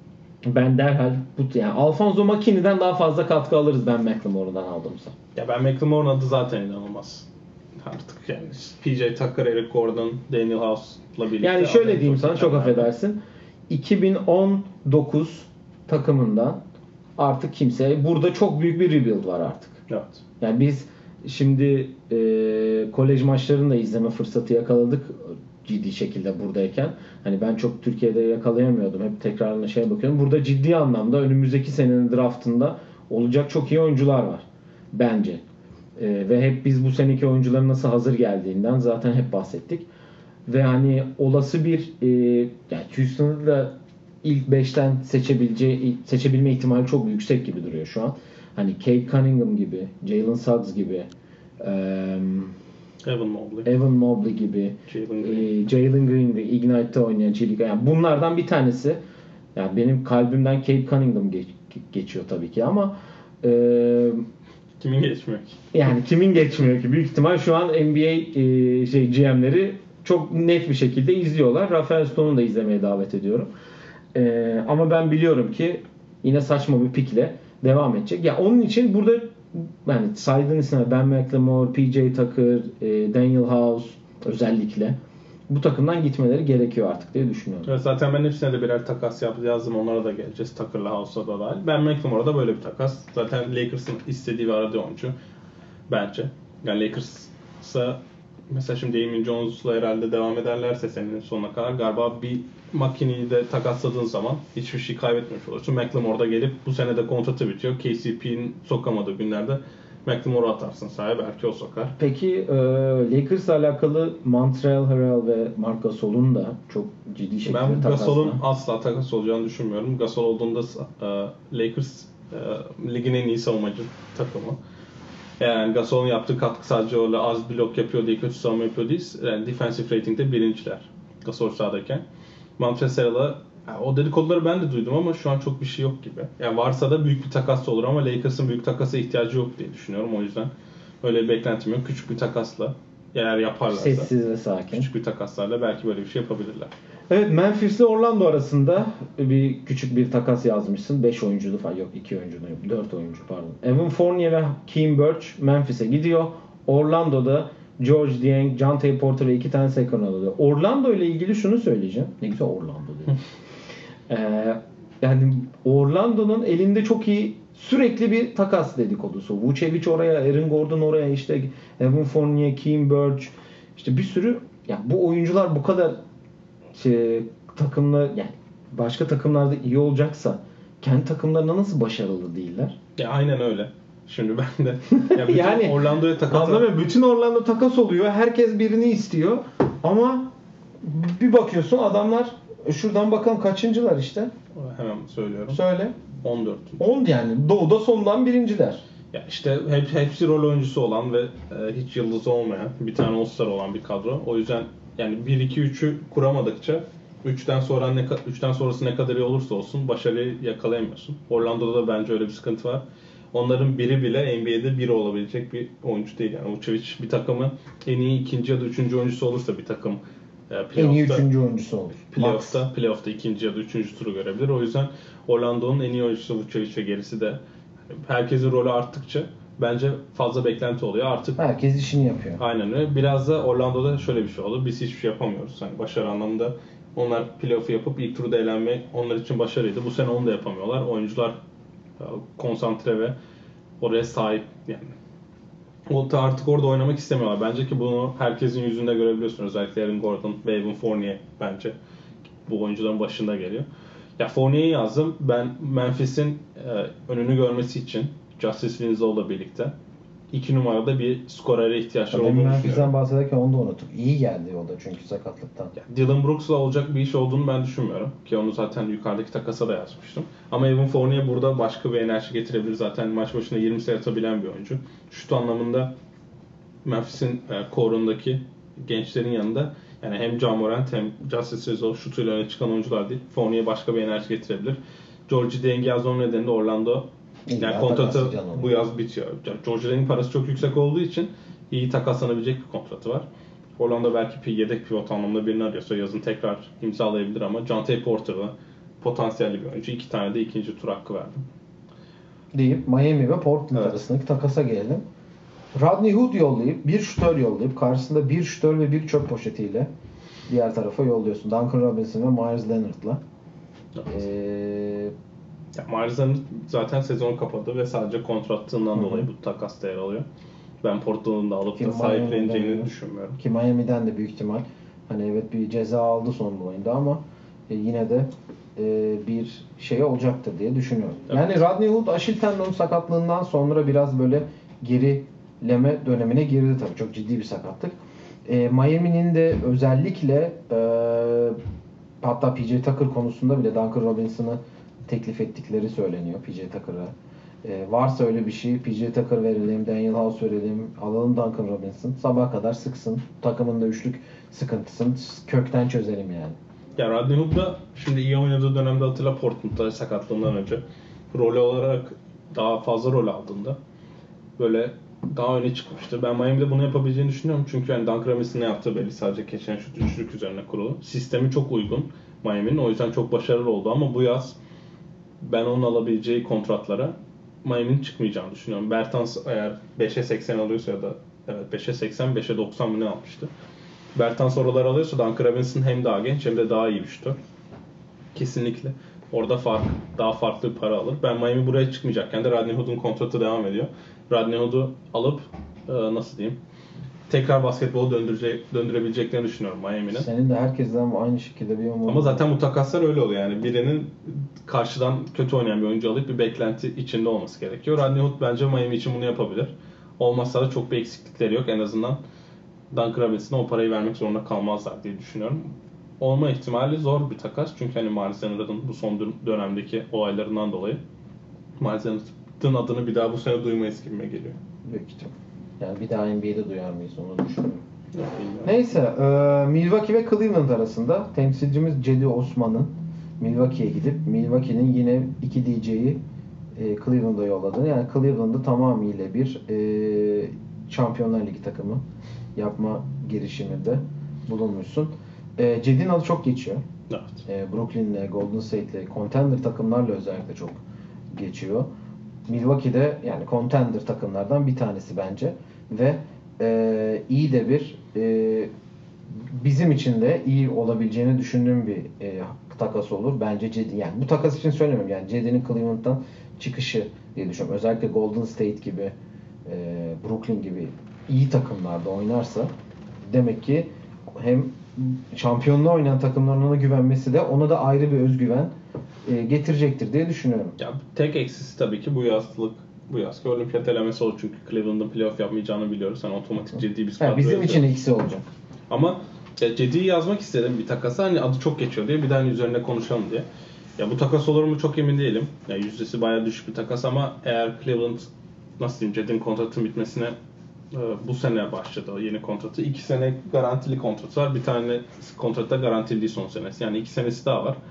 Speaker 3: ben derhal bu yani Alfonso McKinney'den daha fazla katkı alırız Ben McLemore'dan aldığımsa.
Speaker 2: Ya Ben McLemore'un adı zaten inanılmaz. Artık yani P J Tucker, Eric Gordon, Daniel House'la birlikte.
Speaker 3: Yani şöyle diyeyim sana çok affedersin. iki bin on dokuz takımından artık kimse burada çok büyük bir rebuild var artık.
Speaker 2: Evet.
Speaker 3: Yani biz şimdi e, kolej maçlarını da izleme fırsatı yakaladık ciddi şekilde buradayken. Hani ben çok Türkiye'de yakalayamıyordum. Hep tekrarına şeye bakıyorum. Burada ciddi anlamda önümüzdeki senenin draftında olacak çok iyi oyuncular var. Bence. E, ve hep biz bu seneki oyuncuların nasıl hazır geldiğinden zaten hep bahsettik. Ve hani olası bir e, yani Houston'ı da ilk beşten seçebileceği seçebilme ihtimali çok yüksek gibi duruyor şu an. Hani Cade Cunningham gibi, Jalen Suggs gibi, um,
Speaker 2: Evan Mobley,
Speaker 3: Evan Mobley gibi, Jalen Green, e, Jalen Green ve Ignite'de oynayan Çelik. Yani bunlardan bir tanesi. Yani benim kalbimden Cade Cunningham geç, geçiyor tabii ki ama e,
Speaker 2: kimin geçmiyor ki?
Speaker 3: Yani kimin geçmiyor ki? Büyük ihtimal şu an N B A e, şey G M'leri çok net bir şekilde izliyorlar. Rafael Stone'u da izlemeye davet ediyorum. E, ama ben biliyorum ki
Speaker 1: yine saçma bir pikle devam edecek. Ya onun için burada yani saydığın isimler Ben McLemore, P J Tucker, e, Daniel House özellikle bu takımdan gitmeleri gerekiyor artık diye düşünüyorum.
Speaker 2: Evet, zaten ben hepsine de birer takas yaptım, yazdım, onlara da geleceğiz. Tucker'la House'a da dahil. Ben McLemore'a böyle bir takas. Zaten Lakers'ın istediği ve aradığı oyuncu bence. Yani Lakers'a mesela şimdi Damien Jones'la herhalde devam ederlerse senenin sonuna kadar galiba bir makineyi de takasladığın zaman hiçbir şey kaybetmemiş olursun. McLemore'da gelip bu sene de kontratı bitiyor. K C P'nin sokamadığı günlerde McLemore'u atarsın sahaya, belki o sokar.
Speaker 1: Peki e, Lakers'la alakalı Montrezl Harrell ve Marc Gasol'un da çok ciddi şekilde
Speaker 2: Ben
Speaker 1: takasla.
Speaker 2: Gasol'un asla takas olacağını düşünmüyorum. Gasol olduğunda e, Lakers e, ligin en iyi savunmacı takımı. Yani Gasol'un yaptığı katkı sadece öyle az blok yapıyor diye, kötü savunma yapıyor değil. Yani defensive rating'de birinciler Gasol sahadayken. Montrezl Harrell'a yani o dedikoduları ben de duydum ama şu an çok bir şey yok gibi. Yani varsa da büyük bir takas da olur ama Lakers'ın büyük takasa ihtiyacı yok diye düşünüyorum. O yüzden öyle bir beklentim yok. Küçük bir takasla, eğer yaparlarsa
Speaker 1: Sessiz ve sakin.
Speaker 2: küçük bir takaslarla belki böyle bir şey yapabilirler.
Speaker 1: Evet, Memphis ile Orlando arasında bir küçük bir takas yazmışsın. beş oyunculu falan yok, iki oyunculu, dört oyuncu pardon. Evan Fournier ve Hakeem Birch Memphis'e gidiyor. Orlando'da George Niang, Johntay Porter ve iki tane second alıyor. Orlando ile ilgili şunu söyleyeceğim. Ne güzel Orlando diyor. ee, yani Orlando'nun elinde çok iyi sürekli bir takas dedikodusu. Vucevic oraya, Aaron Gordon oraya, işte Evan Fournier, Hakeem Birch, işte bir sürü, ya bu oyuncular bu kadar şey, takımla yani başka takımlarda iyi olacaksa kendi takımlarında nasıl başarılı değiller?
Speaker 2: Ya aynen öyle. Şimdi ben de ya bütün
Speaker 1: yani
Speaker 2: Orlando'ya takas
Speaker 1: anlamıyorum. Bütün Orlando takas oluyor. Herkes birini istiyor. Ama bir bakıyorsun adamlar şuradan bakalım kaçıncılar işte.
Speaker 2: hemen söylüyorum.
Speaker 1: Söyle.
Speaker 2: on dört.
Speaker 1: on yani doğuda sondan birinciler.
Speaker 2: Ya işte hep, hepsi rol oyuncusu olan ve e, hiç yıldızı olmayan, bir tane All-Star olan bir kadro. O yüzden yani bir iki üçü kuramadıkça üçten sonra ne üçten sonrası ne kadar iyi olursa olsun başarıyı yakalayamıyorsun. Orlando'da da bence öyle bir sıkıntı var. Onların biri bile N B A'de biri olabilecek bir oyuncu değil. Yani Vucevic bir takımın en iyi ikinci ya da üçüncü oyuncusu olursa bir takım e,
Speaker 1: en iyi üçüncü oyuncusu olur.
Speaker 2: Playoff'ta, playoff'ta ikinci ya da üçüncü turu görebilir. O yüzden Orlando'nun en iyi oyuncusu Vucevic ve gerisi de herkesin rolü arttıkça bence fazla beklenti oluyor. Artık
Speaker 3: herkes işini yapıyor.
Speaker 2: aynen öyle. Biraz da Orlando'da şöyle bir şey oldu. Biz hiçbir şey yapamıyoruz. Yani başarı anlamında onlar playoff'u yapıp ilk turda elenmek onlar için başarıydı. Bu sene onu da yapamıyorlar. Oyuncular konsantre ve oraya sahip yani. O da artık orada oynamak istemiyorlar. Bence ki bunu herkesin yüzünde görebiliyorsun. Özellikle Aaron Gordon ve Evan Fournier bence bu oyuncuların başında geliyor. Ya Fournier'i yazdım. Ben Memphis'in e, önünü görmesi için Justice Winslow'la birlikte iki numarada bir skorere ihtiyaçları olduğunu
Speaker 3: Memphis'ten
Speaker 2: düşünüyorum.
Speaker 3: bahsederken onu da unuttuk. İyi geldi o da çünkü sakatlıktan.
Speaker 2: Ya Dylan Brooks'la olacak bir iş olduğunu ben düşünmüyorum. Ki onu zaten yukarıdaki takasa da yazmıştım. Ama Evan Fournier burada başka bir enerji getirebilir. Zaten maç başına yirmi sayı atabilen bir oyuncu. Şut anlamında Memphis'in e, korundaki gençlerin yanında yani hem Ja Morant hem Justice Winslow şutuyla öne çıkan oyuncular değil. Fournier başka bir enerji getirebilir. George Niang'i yazmam nedeni de Orlando yani kontratı bu yaz bitiyor. George Niang'in parası çok yüksek olduğu için iyi takaslanabilecek bir kontratı var. Orlando belki yedek pivot anlamında birini arıyorsa yazın tekrar imzalayabilir ama Johntay Porter'la potansiyelli bir oyuncu. İki tane de ikinci tur hakkı verdim.
Speaker 3: Deyip Miami ve Portland
Speaker 2: Evet.
Speaker 3: arasındaki takasa gelelim. Rodney Hood yollayıp, bir şütör yollayıp, karşısında bir şütör ve bir çöp poşetiyle diğer tarafa yolluyorsun. Duncan Robinson ve Myers Leonard'la.
Speaker 2: Evet.
Speaker 3: Ee,
Speaker 2: Ya Myers Leonard zaten sezonu kapadı ve sadece kontrattığından
Speaker 3: Hı-hı.
Speaker 2: dolayı bu takasta yer alıyor. Ben Portland'ın da alıp
Speaker 3: Ki
Speaker 2: da sahipleneceğini
Speaker 3: Miami'den-
Speaker 2: düşünmüyorum.
Speaker 3: Ki Miami'den de büyük ihtimal hani evet bir ceza aldı son oyunda ama e, yine de e, bir şey olacaktır diye düşünüyorum.
Speaker 2: Evet.
Speaker 3: Yani Rodney Hood Aşil tendonu sakatlığından sonra biraz böyle gerileme dönemine girdi tabii. Çok ciddi bir sakatlık. E, Miami'nin de özellikle e, hatta P J Tucker konusunda bile Duncan Robinson'ı teklif ettikleri söyleniyor P J Tucker'a. E, varsa öyle bir şey P J Tucker verelim, Daniel House verelim, alalım Duncan Robinson. Sabaha kadar sıksın. Takımın da üçlük sıkıntısını kökten çözelim yani.
Speaker 2: Ya Rodney Hood da şimdi iyi oynadığı dönemde hatırla Portland'da sakatlığından önce rol olarak daha fazla rol aldığında böyle daha öne çıkmıştı. Ben Miami'de bunu yapabileceğini düşünüyorum. Çünkü yani Duncan Robinson ne yaptığı belli. Sadece geçen şut üçlük üzerine kurulu. Sistemi çok uygun Miami'nin. O yüzden çok başarılı oldu ama bu yaz ben onun alabileceği kontratlara Miami'nin çıkmayacağını düşünüyorum. Bertans eğer beşe seksen alıyorsa ya da evet beşe seksen beşe doksan mı ne almıştı? Bertans oraları alıyorsa Duncan Robinson hem daha genç hem de daha iyi bir şutör. Kesinlikle. Orada fark, daha farklı bir para alır. Ben Miami buraya çıkmayacakken de Rodney Hood'un kontratı devam ediyor. Rodney Hood'u alıp nasıl diyeyim tekrar basketbolu döndürecek, döndürebileceklerini düşünüyorum Miami'nin.
Speaker 3: Senin de herkesten aynı şekilde bir umudun.
Speaker 2: Ama zaten bu takaslar öyle oluyor yani. Birinin karşıdan kötü oynayan bir oyuncu alıp bir beklenti içinde olması gerekiyor. Rodney Hood bence Miami için bunu yapabilir. Olmazsa da çok bir eksiklikleri yok. En azından Duncan Robinson'a o parayı vermek zorunda kalmazlar diye düşünüyorum. Olma ihtimali zor bir takas. Çünkü hani Miles Leonard'ın bu son dönemdeki olaylarından dolayı Miles Leonard'ın adını bir daha bu sene duymayız gibime geliyor.
Speaker 3: Büyük ihtimal. Yani bir daha N B A'de duyar mıyız onu düşünüyorum. Neyse, e, Milwaukee ve Cleveland arasında temsilcimiz Cedi Osman'ın Milwaukee'ye gidip Milwaukee'nin yine iki D J'yi e, Cleveland'a yolladığını, yani Cleveland'ı tamamıyla bir e, Şampiyonlar Ligi takımı yapma girişiminde bulunmuşsun. E, Cedi'nin adı çok geçiyor.
Speaker 2: Evet.
Speaker 3: E, Brooklyn'le, Golden State'le, contender takımlarla özellikle çok geçiyor. Milwaukee'de yani contender takımlardan bir tanesi bence ve e, iyi de bir e, bizim için de iyi olabileceğini düşündüğüm bir e, takas olur. Bence Cedi, yani bu takas için söylemiyorum, yani Cedi'nin Cleveland'dan çıkışı diye düşünüyorum. Özellikle Golden State gibi, e, Brooklyn gibi iyi takımlarda oynarsa demek ki hem şampiyonluğa oynayan takımların ona güvenmesi de ona da ayrı bir özgüven e, getirecektir diye düşünüyorum.
Speaker 2: Ya tek eksisi tabii ki bu yazlık bu yazki olimpiyat elemesi olur çünkü Cleveland'ın playoff yapmayacağını biliyoruz. Yani otomatik Cedi'yi biz
Speaker 3: yani bizim için eksi olacak.
Speaker 2: Ama ya Cedi'yi yazmak istedim bir takasa, hani adı çok geçiyor diye, bir daha üzerine konuşalım diye. Ya bu takas olur mu çok emin değilim. Ya yüzdesi bayağı düşük bir takas ama eğer Cleveland nasıl diyeyim Cedi'nin kontratın bitmesine e, bu sene başladı o yeni kontratı. iki sene garantili kontratı var. Bir tane kontratta garantili değil son senesi. Yani iki senesi daha var.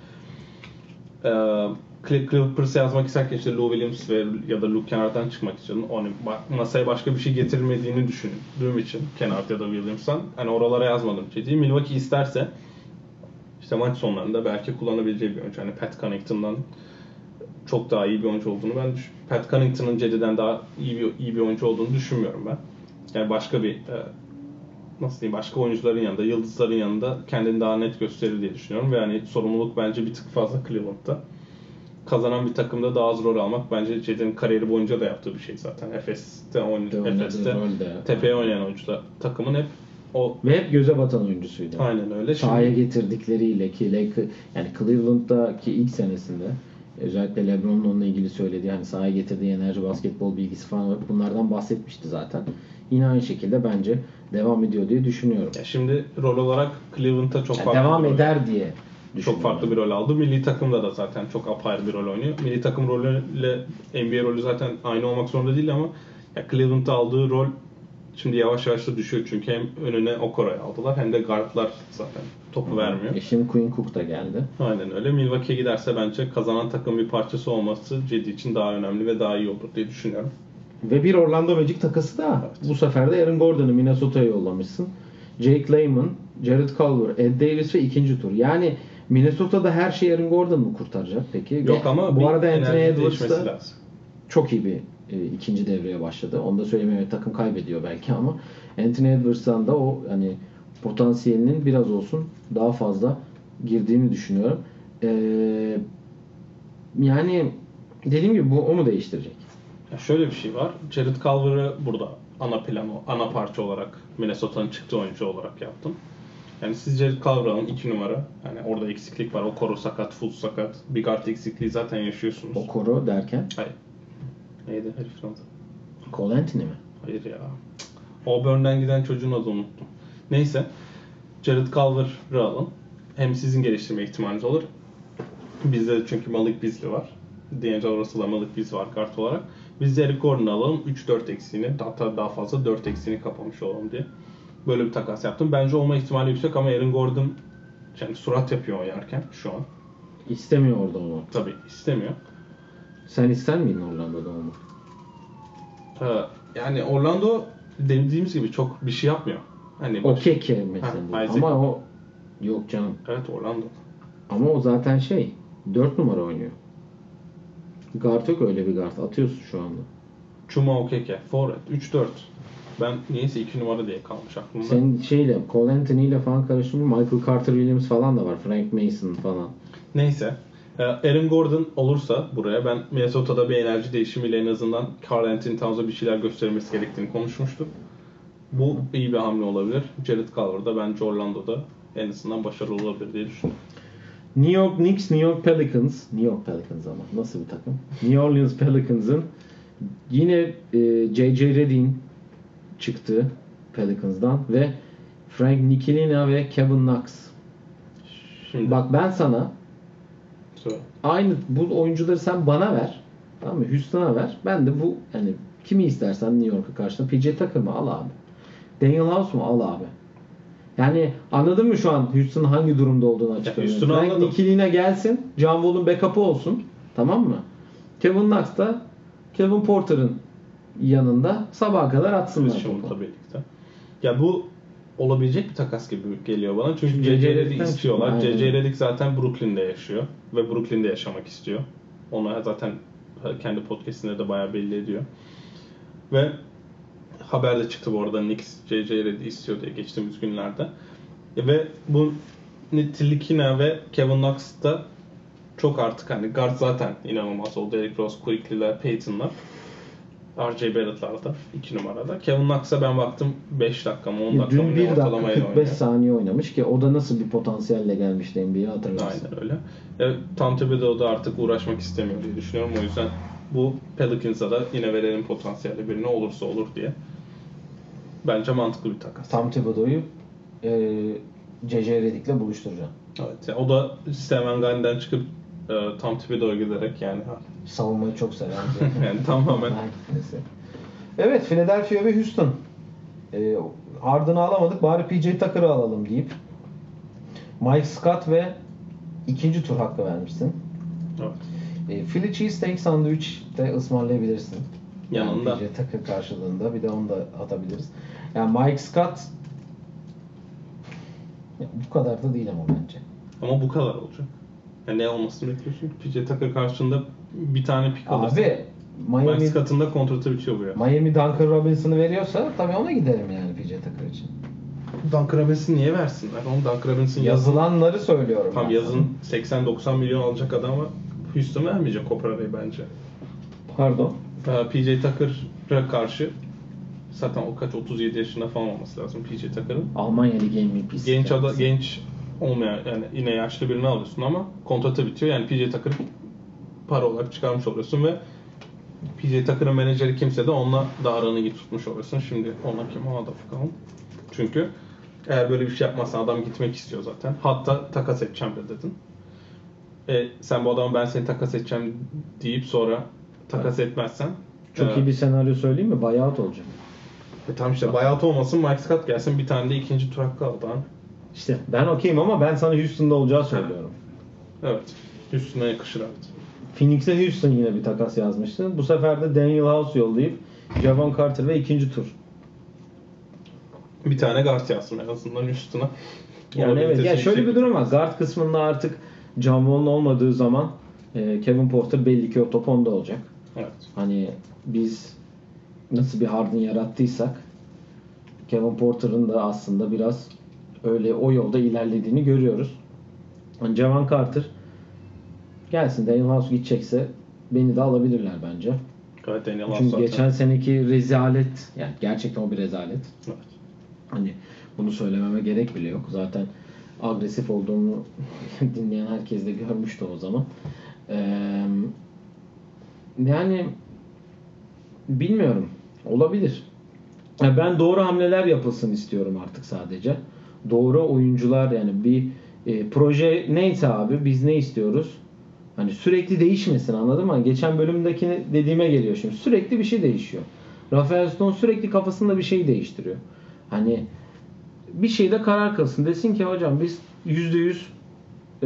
Speaker 2: Eee Clippers'ı yazmak isterken işte Lou Williams ve ya da Luke Kennard'dan çıkmak istiyordum. Onu masaya başka bir şey getirmediğini düşündüğüm için Kennard ya da Williams'tan hani oralara yazmadım Cedi'yi. Milwaukee isterse işte maç sonlarında belki kullanabileceği bir oyuncu. Hani Pat Connaughton'dan çok daha iyi bir oyuncu olduğunu ben düş- Pat Connaughton'ın Cedi'den daha iyi bir iyi bir oyuncu olduğunu düşünmüyorum ben. Yani başka bir e, nasıl diyeyim başka oyuncuların yanında, yıldızların yanında kendini daha net gösterir diye düşünüyorum ve yani sorumluluk bence bir tık fazla Cleveland'da. Kazanan bir takımda daha az rol almak bence Cedi'nin kariyeri boyunca da yaptığı bir şey zaten. Efes'te oynadı. Efes'te tepeye oynayan oyuncular takımın hep o
Speaker 1: ve hep göze batan oyuncusuydu.
Speaker 2: Aynen öyle.
Speaker 1: Sahaya
Speaker 2: Şimdi
Speaker 1: getirdikleriyle ki yani Cleveland'daki ilk senesinde özellikle LeBron'un onunla ilgili söylediği hani sahaya getirdiği enerji, basketbol bilgisi falan bunlardan bahsetmişti zaten. Yine aynı şekilde bence devam ediyor diye düşünüyorum.
Speaker 2: Ya şimdi rol olarak Cleveland'da çok
Speaker 1: yani
Speaker 2: farklı
Speaker 1: devam
Speaker 2: bir
Speaker 1: eder diye
Speaker 2: çok farklı bir rol aldı. Milli takımda da zaten çok apayrı bir rol oynuyor. Milli takım rolüyle N B A rolü zaten aynı olmak zorunda değil ama ya Cleveland'da aldığı rol şimdi yavaş yavaş da düşüyor çünkü hem önüne Okora'yı aldılar hem de guardlar zaten topu vermiyor.
Speaker 1: E şimdi Quinn Cook da geldi.
Speaker 2: Aynen öyle. Milwaukee'ye giderse bence kazanan takım bir parçası olması Cedi için daha önemli ve daha iyi olur diye düşünüyorum.
Speaker 1: Ve bir Orlando Magic takası da evet. Bu sefer de Aaron Gordon'u Minnesota'ya yollamışsın. Jake Layman, Jared Culver, Ed Davis ve ikinci tur. Yani Minnesota'da her şey Aaron Gordon mu kurtaracak peki?
Speaker 2: Yok ama
Speaker 1: bu arada Anthony Edwards da
Speaker 2: lazım.
Speaker 1: çok iyi bir e, ikinci devreye başladı. Onu da söylemeye takım kaybediyor belki ama Anthony Edwards'tan da o hani potansiyelinin biraz olsun daha fazla girdiğini düşünüyorum. Ee, yani dediğim gibi bu o mu değiştirecek?
Speaker 2: Ya şöyle bir şey var. Jared Culver'ı burada ana plan, ana parça olarak Minnesota'nın çıktığı oyuncu olarak yaptım. Yani siz Jared Culver'ın iki numara. Yani orada eksiklik var. O koru sakat, full sakat. Bir guard eksikliği zaten yaşıyorsunuz.
Speaker 1: O koru derken?
Speaker 2: Hayır. Neydi herifin adı?
Speaker 1: Cole Anthony mi?
Speaker 2: Hayır ya. Auburn'dan giden çocuğun adını unuttum. Neyse. Jared Culver'ı alın. Hem sizin geliştirme ihtimaliniz olur. Bizde de çünkü Malik Beasley var. D'Angelo Russell'la Malik Beasley var kart olarak. Biz de Eric Gordon'u alalım. üç dört eksiğini, hatta daha fazla dört eksiğini kapamış olalım diye. Böyle bir takas yaptım. Bence olma ihtimali yüksek ama Aaron Gordon yani surat yapıyor oynarken şu an.
Speaker 1: İstemiyor orada olmak.
Speaker 2: Tabii istemiyor.
Speaker 1: Sen ister miydin Orlando'da olmak?
Speaker 2: Ee, yani Orlando dediğimiz gibi çok bir şey yapmıyor. Hani
Speaker 1: o keke mesela. Ama o yok canım.
Speaker 2: Evet Orlando.
Speaker 1: Ama o zaten şey dört numara oynuyor. Guard yok öyle bir guard. Atıyorsun şu anda.
Speaker 2: Chuma Okeke. Forvet. üç dört. Ben niyeyse iki numara diye kalmış aklımda.
Speaker 1: Senin şeyle, Cole Anthony ile falan karışımı Michael Carter Williams falan da var. Frank Mason falan.
Speaker 2: Neyse. Aaron Gordon olursa buraya ben Minnesota'da bir enerji değişimiyle en azından Karl Anthony Towns'a bir şeyler göstermesi gerektiğini konuşmuştuk. Bu iyi bir hamle olabilir. Jared Culver da bence Orlando'da en azından başarılı olabilir diye düşünüyorum.
Speaker 1: New York Knicks, New York Pelicans. New York Pelicans ama nasıl bir takım? New Orleans Pelicans'ın yine e, J J Redick'in çıktı Pelicans'dan ve Frank Ntilikina ve Kevin Knox.
Speaker 2: Şimdi
Speaker 1: Bak ben sana
Speaker 2: söyle.
Speaker 1: aynı bu oyuncuları sen bana ver. Tamam mı? Houston'a ver. Ben de bu yani kimi istersen New York'a karşına P J Tucker mı al abi. Daniel House mu al abi. Yani anladın mı şu an Houston'ın hangi durumda olduğunu açıklıyorum.
Speaker 2: Houston'u
Speaker 1: Frank
Speaker 2: anladım.
Speaker 1: Ntilikina gelsin. John Wall'un backup'ı olsun. Tamam mı? Kevin Knox da Kevin Porter'ın yanında sabaha kadar atsınlar.
Speaker 2: Christian'la birlikte. Ya bu olabilecek bir takas gibi geliyor bana. Çünkü
Speaker 1: Çünkü
Speaker 2: J J
Speaker 1: J J
Speaker 2: Redick
Speaker 1: Redick'ten
Speaker 2: istiyorlar.
Speaker 1: çıktı,
Speaker 2: J J
Speaker 1: aynen.
Speaker 2: Redick zaten Brooklyn'de yaşıyor. Ve Brooklyn'de yaşamak istiyor. Onu zaten kendi podcast'inde de bayağı belli ediyor. Ve haber de çıktı bu arada Knicks J J Redick istiyor diye geçtiğimiz günlerde. Ve bu Ntilikina ve Kevin Knox da çok artık hani guard zaten inanılmaz oldu. Derrick Rose, Quickly'ler, Payton'lar. R J Barrett'lar da iki numarada. Kevin Knox'a ben baktım beş dakika mı on dakika mı
Speaker 1: Dün bir dakika
Speaker 2: ortalamayla
Speaker 1: kırk beş
Speaker 2: oynuyor.
Speaker 1: saniye oynamış ki o da nasıl bir potansiyelle gelmişti N B A'ye hatırlarsın.
Speaker 2: Aynen öyle. Evet, Tom Thibodeau da artık uğraşmak istemiyor diye düşünüyorum. O yüzden bu Pelicans'a da yine verelim potansiyelli birini olursa olur diye. Bence mantıklı bir takas.
Speaker 3: Tom Thibodeau'yu e, C C Redick'le buluşturacağım.
Speaker 2: Evet. Yani o da Stephen Gundy'den çıkıp e, Tom Thibodeau'ya giderek yani
Speaker 3: Savunmayı çok seven.
Speaker 2: yani tamamen
Speaker 3: Neyse. Evet, Philadelphia ve Houston. E, Harden'ı alamadık, bari P J Tucker'ı alalım deyip Mike Scott ve ikinci tur hakkı vermişsin.
Speaker 2: evet.
Speaker 3: E, Philly cheesesteak sandviç de ısmarlayabilirsin.
Speaker 2: Yanında.
Speaker 3: Yani P J Tucker karşılığında bir de onu da atabiliriz. Yani Mike Scott ya, bu kadar da değil ama bence.
Speaker 2: Ama bu kadar olacak. Yani ne olmasını bekliyorsun? P J Tucker karşında bir tane pick alırsın.
Speaker 3: Abi
Speaker 2: Mike
Speaker 3: Miami,
Speaker 2: Scott'ın da kontratı bitiyor bu ya.
Speaker 3: Miami Duncan Robinson'ı veriyorsa tabii ona giderim yani P J Tucker için.
Speaker 2: Duncan Robinson niye versinler? Oğlum Duncan Robinson yazın,
Speaker 3: Yazılanları söylüyorum.
Speaker 2: tam
Speaker 3: ben
Speaker 2: yazın seksen doksan milyon alacak adama Houston vermeyecek o parayı bence.
Speaker 1: Pardon.
Speaker 2: Ee, P J Tucker'a karşı zaten o kaç otuz yedi yaşında falan olması lazım P J Tucker'ın.
Speaker 1: Almanya Ligi M V P'si.
Speaker 2: Genç ada,
Speaker 1: kendisi.
Speaker 2: genç olmayan yani yine yaşlı birini alıyorsun ama kontratı bitiyor. Yani P J Tucker'ı para olarak çıkarmış oluyorsun ve P J Tucker'ın menajeri kimse de onunla da aranı iyi tutmuş oluyorsun. Şimdi ona kim ona da bakalım. Çünkü eğer böyle bir şey yapmazsan adam gitmek istiyor zaten. Hatta takas edeceğim de dedin. E, sen bu adamı ben seni takas edeceğim deyip sonra takas etmezsen
Speaker 1: Çok
Speaker 2: e,
Speaker 1: iyi bir senaryo söyleyeyim mi? Buyout olacak.
Speaker 2: E, tamam işte buyout olmasın, Mike Scott gelsin, bir tane de ikinci tur hakkı al daha.
Speaker 1: İşte ben okeyim ama ben sana Houston'da olacağı söylüyorum.
Speaker 2: Evet. Üstüne yakışır evet.
Speaker 1: Phoenix'e Houston yine bir takas yazmıştı. Bu sefer de Daniel House yollayıp Javon Carter ve ikinci tur.
Speaker 2: Bir tane guard yazsın en azından üstüne.
Speaker 1: Yani evet. Ya
Speaker 2: Olabilir,
Speaker 1: şöyle
Speaker 2: şey-
Speaker 1: bir durum var. Guard kısmında artık John Wall'un olmadığı zaman e, Kevin Porter belli ki o top onda olacak.
Speaker 2: Evet.
Speaker 1: Hani biz nasıl bir Harden yarattıysak Kevin Porter'ın da aslında biraz öyle o yolda ilerlediğini görüyoruz. Yani Javon Carter gelsin, Daniel House gidecekse beni de alabilirler bence.
Speaker 2: Evet, Daniel House
Speaker 1: Çünkü
Speaker 2: zaten.
Speaker 1: geçen seneki rezalet, yani gerçekten o bir rezalet.
Speaker 2: Evet.
Speaker 1: Hani bunu söylememe gerek bile yok. Zaten agresif olduğumu dinleyen herkes de görmüştü o zaman. Ee, yani bilmiyorum. Olabilir. Ya ben doğru hamleler yapılsın istiyorum artık sadece. Doğru oyuncular, yani bir e, proje neyse abi biz ne istiyoruz? Hani sürekli değişmesin, anladın mı? Geçen bölümdeki dediğime geliyor şimdi. Sürekli bir şey değişiyor. Rafael Stone sürekli kafasında bir şey değiştiriyor. Hani bir şeyde karar kılsın. Desin ki hocam biz yüzde yüz e,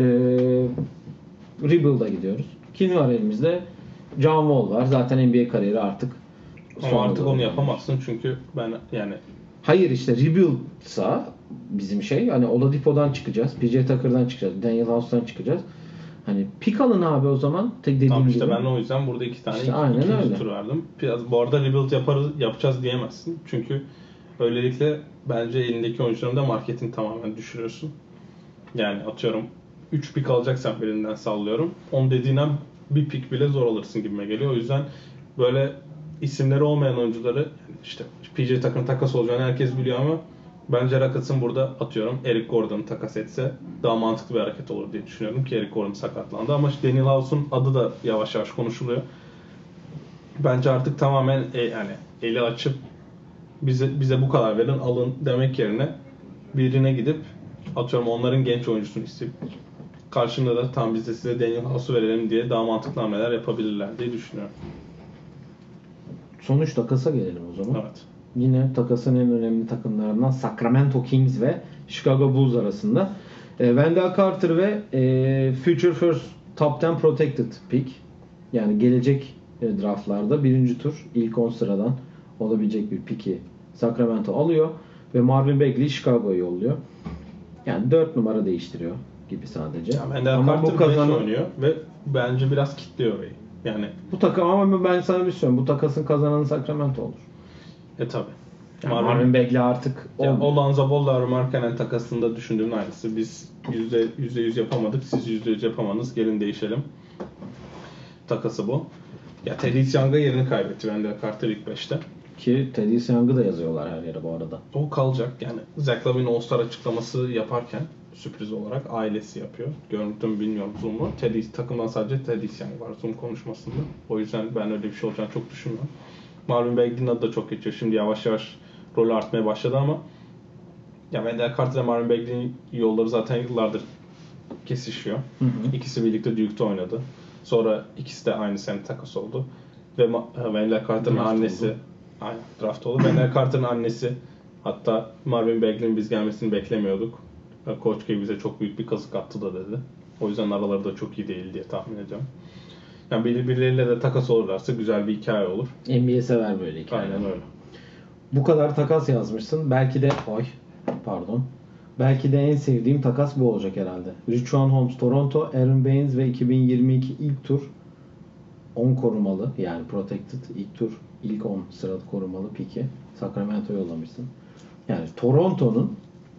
Speaker 1: rebuild'a gidiyoruz. Kim var elimizde? John Wall var. Zaten N B A kariyeri artık
Speaker 2: Ama
Speaker 1: sonuna
Speaker 2: artık
Speaker 1: doğru
Speaker 2: onu
Speaker 1: gelmiş.
Speaker 2: yapamazsın çünkü ben yani
Speaker 1: Hayır işte rebuild'sa bizim şey, hani Oladipo'dan çıkacağız. P J Tucker'dan çıkacağız. Daniel House'dan çıkacağız. Hani pick alın abi o zaman. Tek dediğim
Speaker 2: Tamam işte
Speaker 1: gibi.
Speaker 2: ben o yüzden burada iki tane
Speaker 1: İşte
Speaker 2: iki,
Speaker 1: aynen
Speaker 2: ikinci
Speaker 1: öyle.
Speaker 2: tur verdim. Biraz bu arada rebuild yaparız, yapacağız diyemezsin. Çünkü öylelikle bence elindeki oyuncuların da marketini tamamen düşürüyorsun. Yani atıyorum üç pick alacaksan birinden sallıyorum. on dediğinden bir pick bile zor alırsın gibime geliyor. O yüzden böyle isimleri olmayan oyuncuları işte P J Tucker'ın takas olacağını herkes biliyor ama bence Rockets'ın burada atıyorum Eric Gordon'u takas etse daha mantıklı bir hareket olur diye düşünüyorum ki Eric Gordon sakatlandı. Ama işte Daniel House'un adı da yavaş yavaş konuşuluyor. Bence artık tamamen e, yani eli açıp bize bize bu kadar verin alın demek yerine birine gidip atıyorum onların genç oyuncusunu isteyip karşında da tam biz de size Daniel House'u verelim diye daha mantıklı hamleler yapabilirler diye düşünüyorum.
Speaker 1: Sonuç takasa gelelim o zaman.
Speaker 2: Evet.
Speaker 1: Yine takasın en önemli takımlarından Sacramento Kings ve Chicago Bulls arasında. E, Wendell Carter ve e, Future First Top on Protected Pick. Yani gelecek e, draftlarda birinci tur ilk on sıradan olabilecek bir pick'i Sacramento alıyor ve Marvin Bagley Chicago'ya yolluyor. Yani dört numara değiştiriyor gibi sadece.
Speaker 2: Yani Wendell
Speaker 1: ama
Speaker 2: Carter
Speaker 1: bu kazanı
Speaker 2: oynuyor ve bence biraz kilitliyor orayı. Yani
Speaker 1: bu takım ama ben sana bir şey söyleyeyim. Bu takasın kazananı Sacramento olur.
Speaker 2: e tabi.
Speaker 1: Yani Marvin, Marvin Bagley artık
Speaker 2: ya, o Lonzo Ball'la Markkanen takasında düşündüğümün aynısı. Biz yüzde yüz yapamadık. Siz yüzde yüz yapamadınız. Gelin değişelim. Takası bu. Ya Teddy Young'a yerini kaybetti Wendell Carter ilk beşte.
Speaker 1: Ki Teddy Young'ı da yazıyorlar her yere bu arada.
Speaker 2: O kalacak. Yani Zach Lavine All-Star açıklaması yaparken sürpriz olarak ailesi yapıyor. Görüntüm bilmiyorum Zoom'u. Teddy takımdan sadece Teddy Young var Zoom konuşmasında. O yüzden ben öyle bir şey olacağını çok düşünmüyorum. Marvin Bagley'nin adı da çok geçiyor. Şimdi yavaş yavaş rolü artmaya başladı ama ya Wendell Carter ve Marvin Bagley'nin yolları zaten yıllardır kesişiyor. Hı hı. İkisi birlikte Duke'da oynadı. Sonra ikisi de aynı sene takas oldu. Ve Wendell Carter'ın
Speaker 1: draft
Speaker 2: annesi
Speaker 1: oldu.
Speaker 2: Aynen draft oldu. Wendell Carter'ın annesi hatta Marvin Bagley'nin biz gelmesini beklemiyorduk. Coach K bize çok büyük bir kazık attı da dedi. O yüzden araları da çok iyi değil diye tahmin ediyorum. Yani birbirleriyle de takas olurlarsa güzel bir hikaye olur.
Speaker 1: N B A sever böyle hikaye.
Speaker 2: Aynen öyle.
Speaker 1: Bu kadar takas yazmışsın. Belki de oy pardon. Belki de en sevdiğim takas bu olacak herhalde. Richaun Holmes Toronto, Aaron Baines ve iki bin yirmi iki ilk tur on korumalı yani protected ilk tur ilk on sırada korumalı pick'i Sacramento'ya yollamışsın. Yani Toronto'nun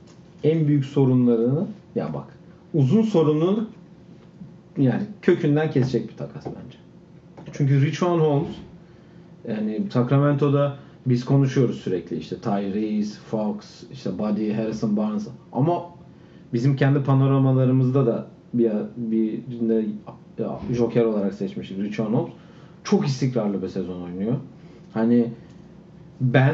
Speaker 1: en büyük sorunlarını ya bak uzun sorununu yani kökünden kesecek bir takas bence. Çünkü Richaun Holmes yani Sacramento'da biz konuşuyoruz sürekli işte Tyrese, Fox, işte Buddy, Harrison Barnes ama bizim kendi panoramalarımızda da bir birinde joker olarak seçmiştik Richaun Holmes. Çok istikrarlı bir sezon oynuyor. Hani ben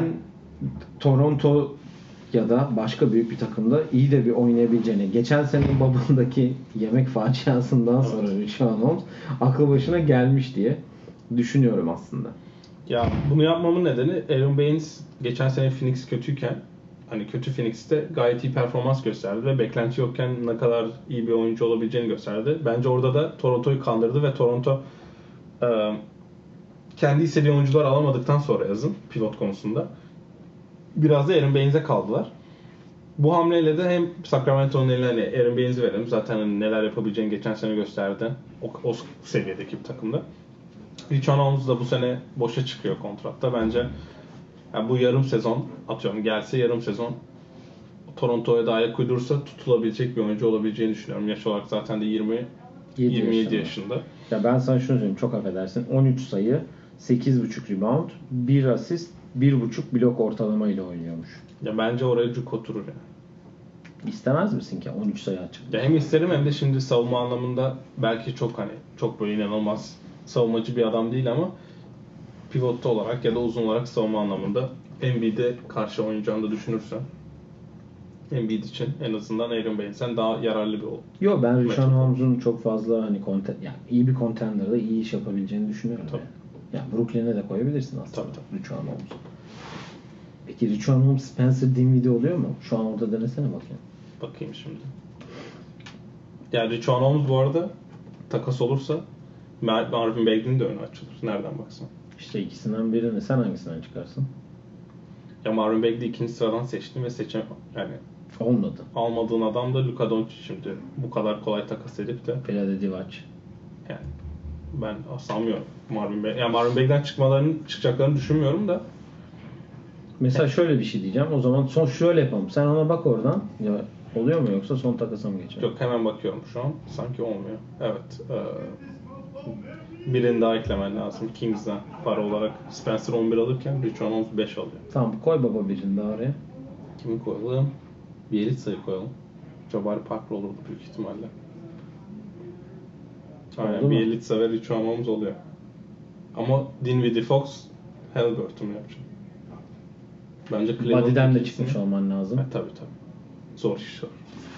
Speaker 1: Toronto ya da başka büyük bir takımda iyi de bir oynayabileceğini geçen senenin Bubble'daki yemek faciasından sonra evet. Richaun Holmes aklı başına gelmiş diye düşünüyorum aslında.
Speaker 2: Ya bunu yapmamın nedeni Aaron Baines geçen sene Phoenix kötüyken hani kötü Phoenix'te gayet iyi performans gösterdi ve beklenti yokken ne kadar iyi bir oyuncu olabileceğini gösterdi. Bence orada da Toronto'yu kandırdı ve Toronto e, kendi istediği oyuncular alamadıktan sonra yazın pivot konusunda biraz da Aaron Baines'e kaldılar. Bu hamleyle de hem Sacramento'nun eline hani Aaron Baines'i verelim. Zaten hani neler yapabileceğini geçen sene gösterdi. O, o seviyedeki bir takımda. Richaun Holmes da bu sene boşa çıkıyor kontratta. Bence yani bu yarım sezon atıyorum gelse yarım sezon Toronto'ya da ayak uydurursa tutulabilecek bir oyuncu olabileceğini düşünüyorum. Yaş olarak zaten de yirmi yirmi yedi yaşında.
Speaker 1: Ya ben sana şunu söyleyeyim çok affedersin. on üç sayı, sekiz buçuk rebound, bir asist, bir buçuk blok ortalama ile oynuyormuş.
Speaker 2: Ya bence oraya cuk oturur yani.
Speaker 1: İstemez misin ki on üç sayı açık?
Speaker 2: Ya hem isterim hem de şimdi savunma anlamında belki çok hani çok böyle inanılmaz savunmacı bir adam değil ama pivotta olarak ya da uzun olarak savunma anlamında Embiid'e karşı oynayacağını da düşünürsen Embiid için en azından Aaron Baines'en daha yararlı bir ol.
Speaker 1: Yok ben Richaun Holmes'un çok fazla hani content, yani iyi bir contender'da iyi iş yapabileceğini düşünüyorum.
Speaker 2: Tabii.
Speaker 1: Yani. yani Brooklyn'e de koyabilirsin aslında.
Speaker 2: Tabii tabii.
Speaker 1: Richaun Holmes'u. Peki Richaun Holmes Spencer Dinwiddie oluyor mu? Şu an orada denesene bakayım.
Speaker 2: Bakayım şimdi. Yani Richaun Holmes bu arada takas olursa Marvin Bagley'nin de önü açılır. Nereden baksan.
Speaker 1: İşte ikisinden birini. Sen hangisinden çıkarsın?
Speaker 2: Ya Marvin Bagley ikinci sıradan seçtim ve seçem yani
Speaker 1: Olmadı.
Speaker 2: Almadığın adam da Luka Doncic şimdi. Bu kadar kolay takas edip de.
Speaker 1: Vlade Divac.
Speaker 2: Yani ben sanmıyorum. Marvin Bey. Yani Marvin Bey'den çıkmalarını çıkacaklarını düşünmüyorum da.
Speaker 1: Mesela şöyle bir şey diyeceğim. O zaman son şöyle yapalım. Sen ona bak oradan. Ya oluyor mu yoksa son takasa mı geçelim?
Speaker 2: Yok, hemen bakıyorum şu an. Sanki olmuyor. Evet. E, birini daha eklemen lazım. Kings'den para olarak Spencer on bir alırken Richaun Holmes beş alıyor.
Speaker 1: Tamam, koy baba birini daha oraya.
Speaker 2: Kimi koyalım? Bielitsa'yı koyalım. Jabari Parker olurdu büyük ihtimalle. Aynen, Bielitsa ve Richaun Holmes oluyor. Ama Dinwiddie Fox, Haliburton yapacağım. Bence Cleveland
Speaker 1: Body'den de
Speaker 2: ikisini-
Speaker 1: çıkmış olman lazım.
Speaker 2: E, tabii tabii. Zor iş zor.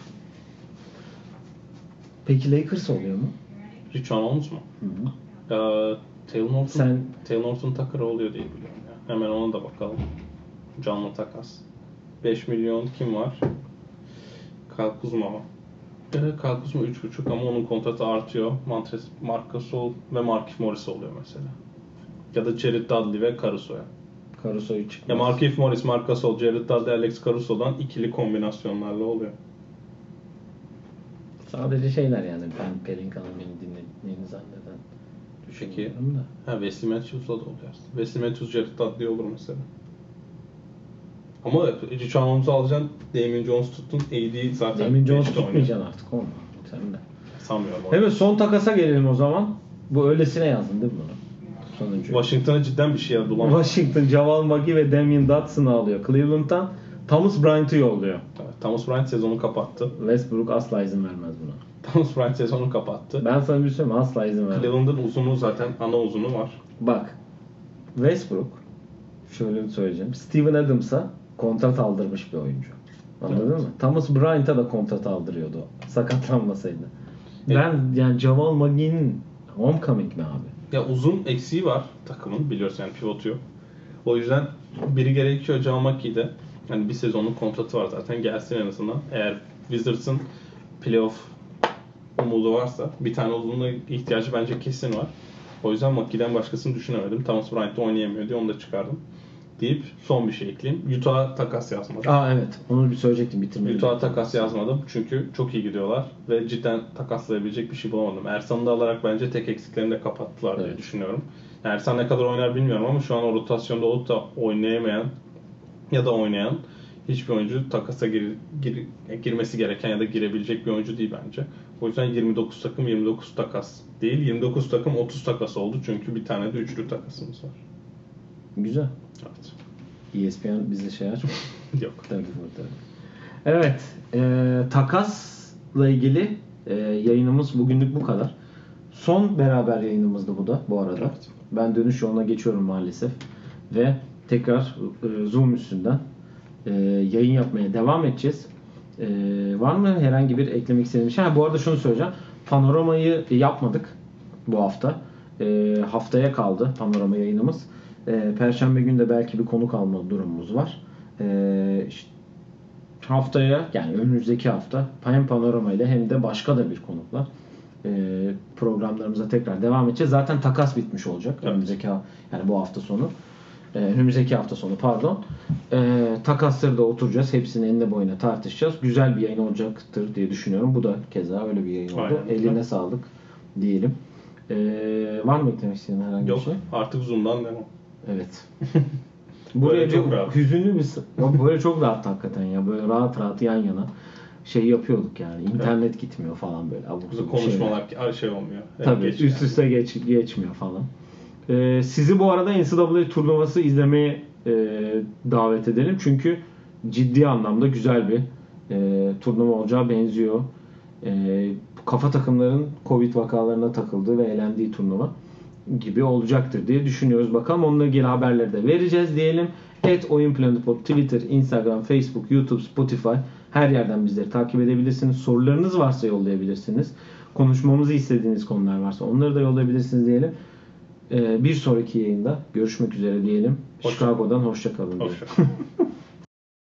Speaker 1: Peki Lakers oluyor mu?
Speaker 2: Richaun Holmes mu?
Speaker 1: Hı hı.
Speaker 2: Ee, Taylor Norton,
Speaker 1: Sen-
Speaker 2: Taylor Norton Tucker oluyor diye biliyorum ya. Hemen ona da bakalım. Canlı takas. beş milyon kim var? Kyle Kuzma var. Evet, Kyle Kuzma üç buçuk ama onun kontratı artıyor. Montrezl, Marc Gasol ve Markieff Morris oluyor mesela. Ya da Jared Dudley ve Caruso'ya.
Speaker 1: Caruso'yu çıkmaz.
Speaker 2: Ya Markieff Morris, Marc Gasol, Jared Dudley, Alex Caruso'dan ikili kombinasyonlarla oluyor.
Speaker 1: Sadece şeyler yani. Ben Pelikan'ın beni dinlediğini zanneden
Speaker 2: Peki.
Speaker 1: düşünüyorum da.
Speaker 2: Ha, Wesley Matthews'la da oluyor aslında. Wesley Matthews, Jared Dudley olur mesela. Ama Richaun Holmes'u alacaksın, Damian Jones tuttun, A D zaten
Speaker 1: Damian Jones
Speaker 2: beşte oynuyor.
Speaker 1: tutmayacaksın artık, olma. Sen de.
Speaker 2: Sanmıyorum.
Speaker 1: Evet, son takasa gelelim o zaman. Bu öylesine yazdın değil mi bunu? Sonuncu.
Speaker 2: Washington'a cidden bir şey bulamadım.
Speaker 1: Washington, Javal McGee ve Damian Dotson'ı alıyor. Cleveland'dan Thomas Bryant'ı yolluyor.
Speaker 2: Evet, Thomas Bryant sezonu kapattı.
Speaker 1: Westbrook asla izin vermez buna.
Speaker 2: Thomas Bryant sezonu kapattı.
Speaker 1: Ben sana bir şey söyleyeyim mi? Asla izin vermez.
Speaker 2: Cleveland'ın uzunu zaten, ana uzunu var.
Speaker 1: Bak, Westbrook, şöyle söyleyeceğim. Steven Adams'a kontrat aldırmış bir oyuncu. Anladın
Speaker 2: Evet.
Speaker 1: mı? Thomas Bryant'a da kontrat aldırıyordu o, sakatlanmasaydı.
Speaker 2: Evet.
Speaker 1: Ben yani Javal McGee'nin homecoming mi abi?
Speaker 2: Ya uzun eksiği var takımın, biliyorsun yani pivotu yok. O yüzden biri gerekiyor. Jamal McGee'de. Yani bir sezonluk kontratı var zaten, gelsin en azından. Eğer Wizards'ın playoff umudu varsa bir tane uzunluğa ihtiyacı bence kesin var. O yüzden McGee'den başkasını düşünemedim. Thomas Bryant da oynayamıyor diye onu da çıkardım. Deyip son bir şey ekleyeyim. Utah'a takas yazmadım.
Speaker 1: Aa evet, onu bir söyleyecektim, bitirmedim.
Speaker 2: Utah'a takas yazmadım çünkü çok iyi gidiyorlar ve cidden takaslayabilecek bir şey bulamadım. Ersan'ı da alarak bence tek eksiklerini de kapattılar diye
Speaker 1: Evet.
Speaker 2: düşünüyorum. Yani Ersan ne kadar oynar bilmiyorum ama şu an o rotasyonda olup da oynayamayan ya da oynayan hiçbir oyuncu takasa gir, gir, girmesi gereken ya da girebilecek bir oyuncu değil bence. O yüzden yirmi dokuz takım yirmi dokuz takas değil, yirmi dokuz takım otuz takas oldu çünkü bir tane de üçlü takasımız var.
Speaker 1: Güzel.
Speaker 2: Evet.
Speaker 1: E S P N bize şey aç.
Speaker 2: Yok.
Speaker 1: Tabii tabii. Evet, e, takasla ilgili e, yayınımız bugünlük bu kadar. Son beraber yayınımızdı bu da bu arada.
Speaker 2: Evet.
Speaker 1: Ben dönüş yoluna geçiyorum maalesef ve tekrar e, Zoom üstünden e, yayın yapmaya devam edeceğiz. E, var mı herhangi bir eklemek istediğim şey? Ha, bu arada şunu söyleyeceğim. Panoramayı yapmadık bu hafta. E, haftaya kaldı panorama yayınımız. E, Perşembe günü de belki bir konuk alma durumumuz var. E, işte haftaya, yani önümüzdeki hafta hem panorama ile hem de başka da bir konukla e, programlarımıza tekrar devam edeceğiz. Zaten takas bitmiş olacak.
Speaker 2: Evet.
Speaker 1: Önümüzdeki ha- yani bu hafta sonu. E, önümüzdeki hafta sonu pardon. E, takasları da oturacağız. Hepsini enine boyuna tartışacağız. Güzel bir yayın olacaktır diye düşünüyorum. Bu da keza öyle bir yayın oldu.
Speaker 2: Aynen.
Speaker 1: Eline sağlık diyelim. E, var mı eklemek istediğin herhangi
Speaker 2: Yok.
Speaker 1: bir şey?
Speaker 2: Artık Zoom'dan devam.
Speaker 1: Evet. Buraya
Speaker 2: Böyle çok
Speaker 1: bir
Speaker 2: rahat.
Speaker 1: hüzünlü bir s- ya böyle çok rahat hakikaten ya, böyle rahat rahat yan yana şey yapıyorduk yani, internet gitmiyor falan böyle abuk
Speaker 2: Bizi
Speaker 1: sabuk şeyler.
Speaker 2: konuşmalar şey olmuyor.
Speaker 1: Tabii
Speaker 2: Geç
Speaker 1: üst
Speaker 2: yani.
Speaker 1: üste geç, geçmiyor falan. Ee, sizi bu arada N C A A turnuvası izlemeye e, davet edelim çünkü ciddi anlamda güzel bir e, turnuva olacağı benziyor. E, kafa takımların Covid vakalarına takıldığı ve elendiği turnuva gibi olacaktır diye düşünüyoruz. Bakalım, onunla ilgili haberleri de vereceğiz diyelim. Et Oyun Planı Pod, Twitter, Instagram, Facebook, YouTube, Spotify, her yerden bizleri takip edebilirsiniz. Sorularınız varsa yollayabilirsiniz. Konuşmamızı istediğiniz konular varsa onları da yollayabilirsiniz diyelim. Ee, bir sonraki yayında görüşmek üzere diyelim.
Speaker 2: Hoşça
Speaker 1: Chicago'dan hoşça kalın diyelim.
Speaker 2: Hoşça.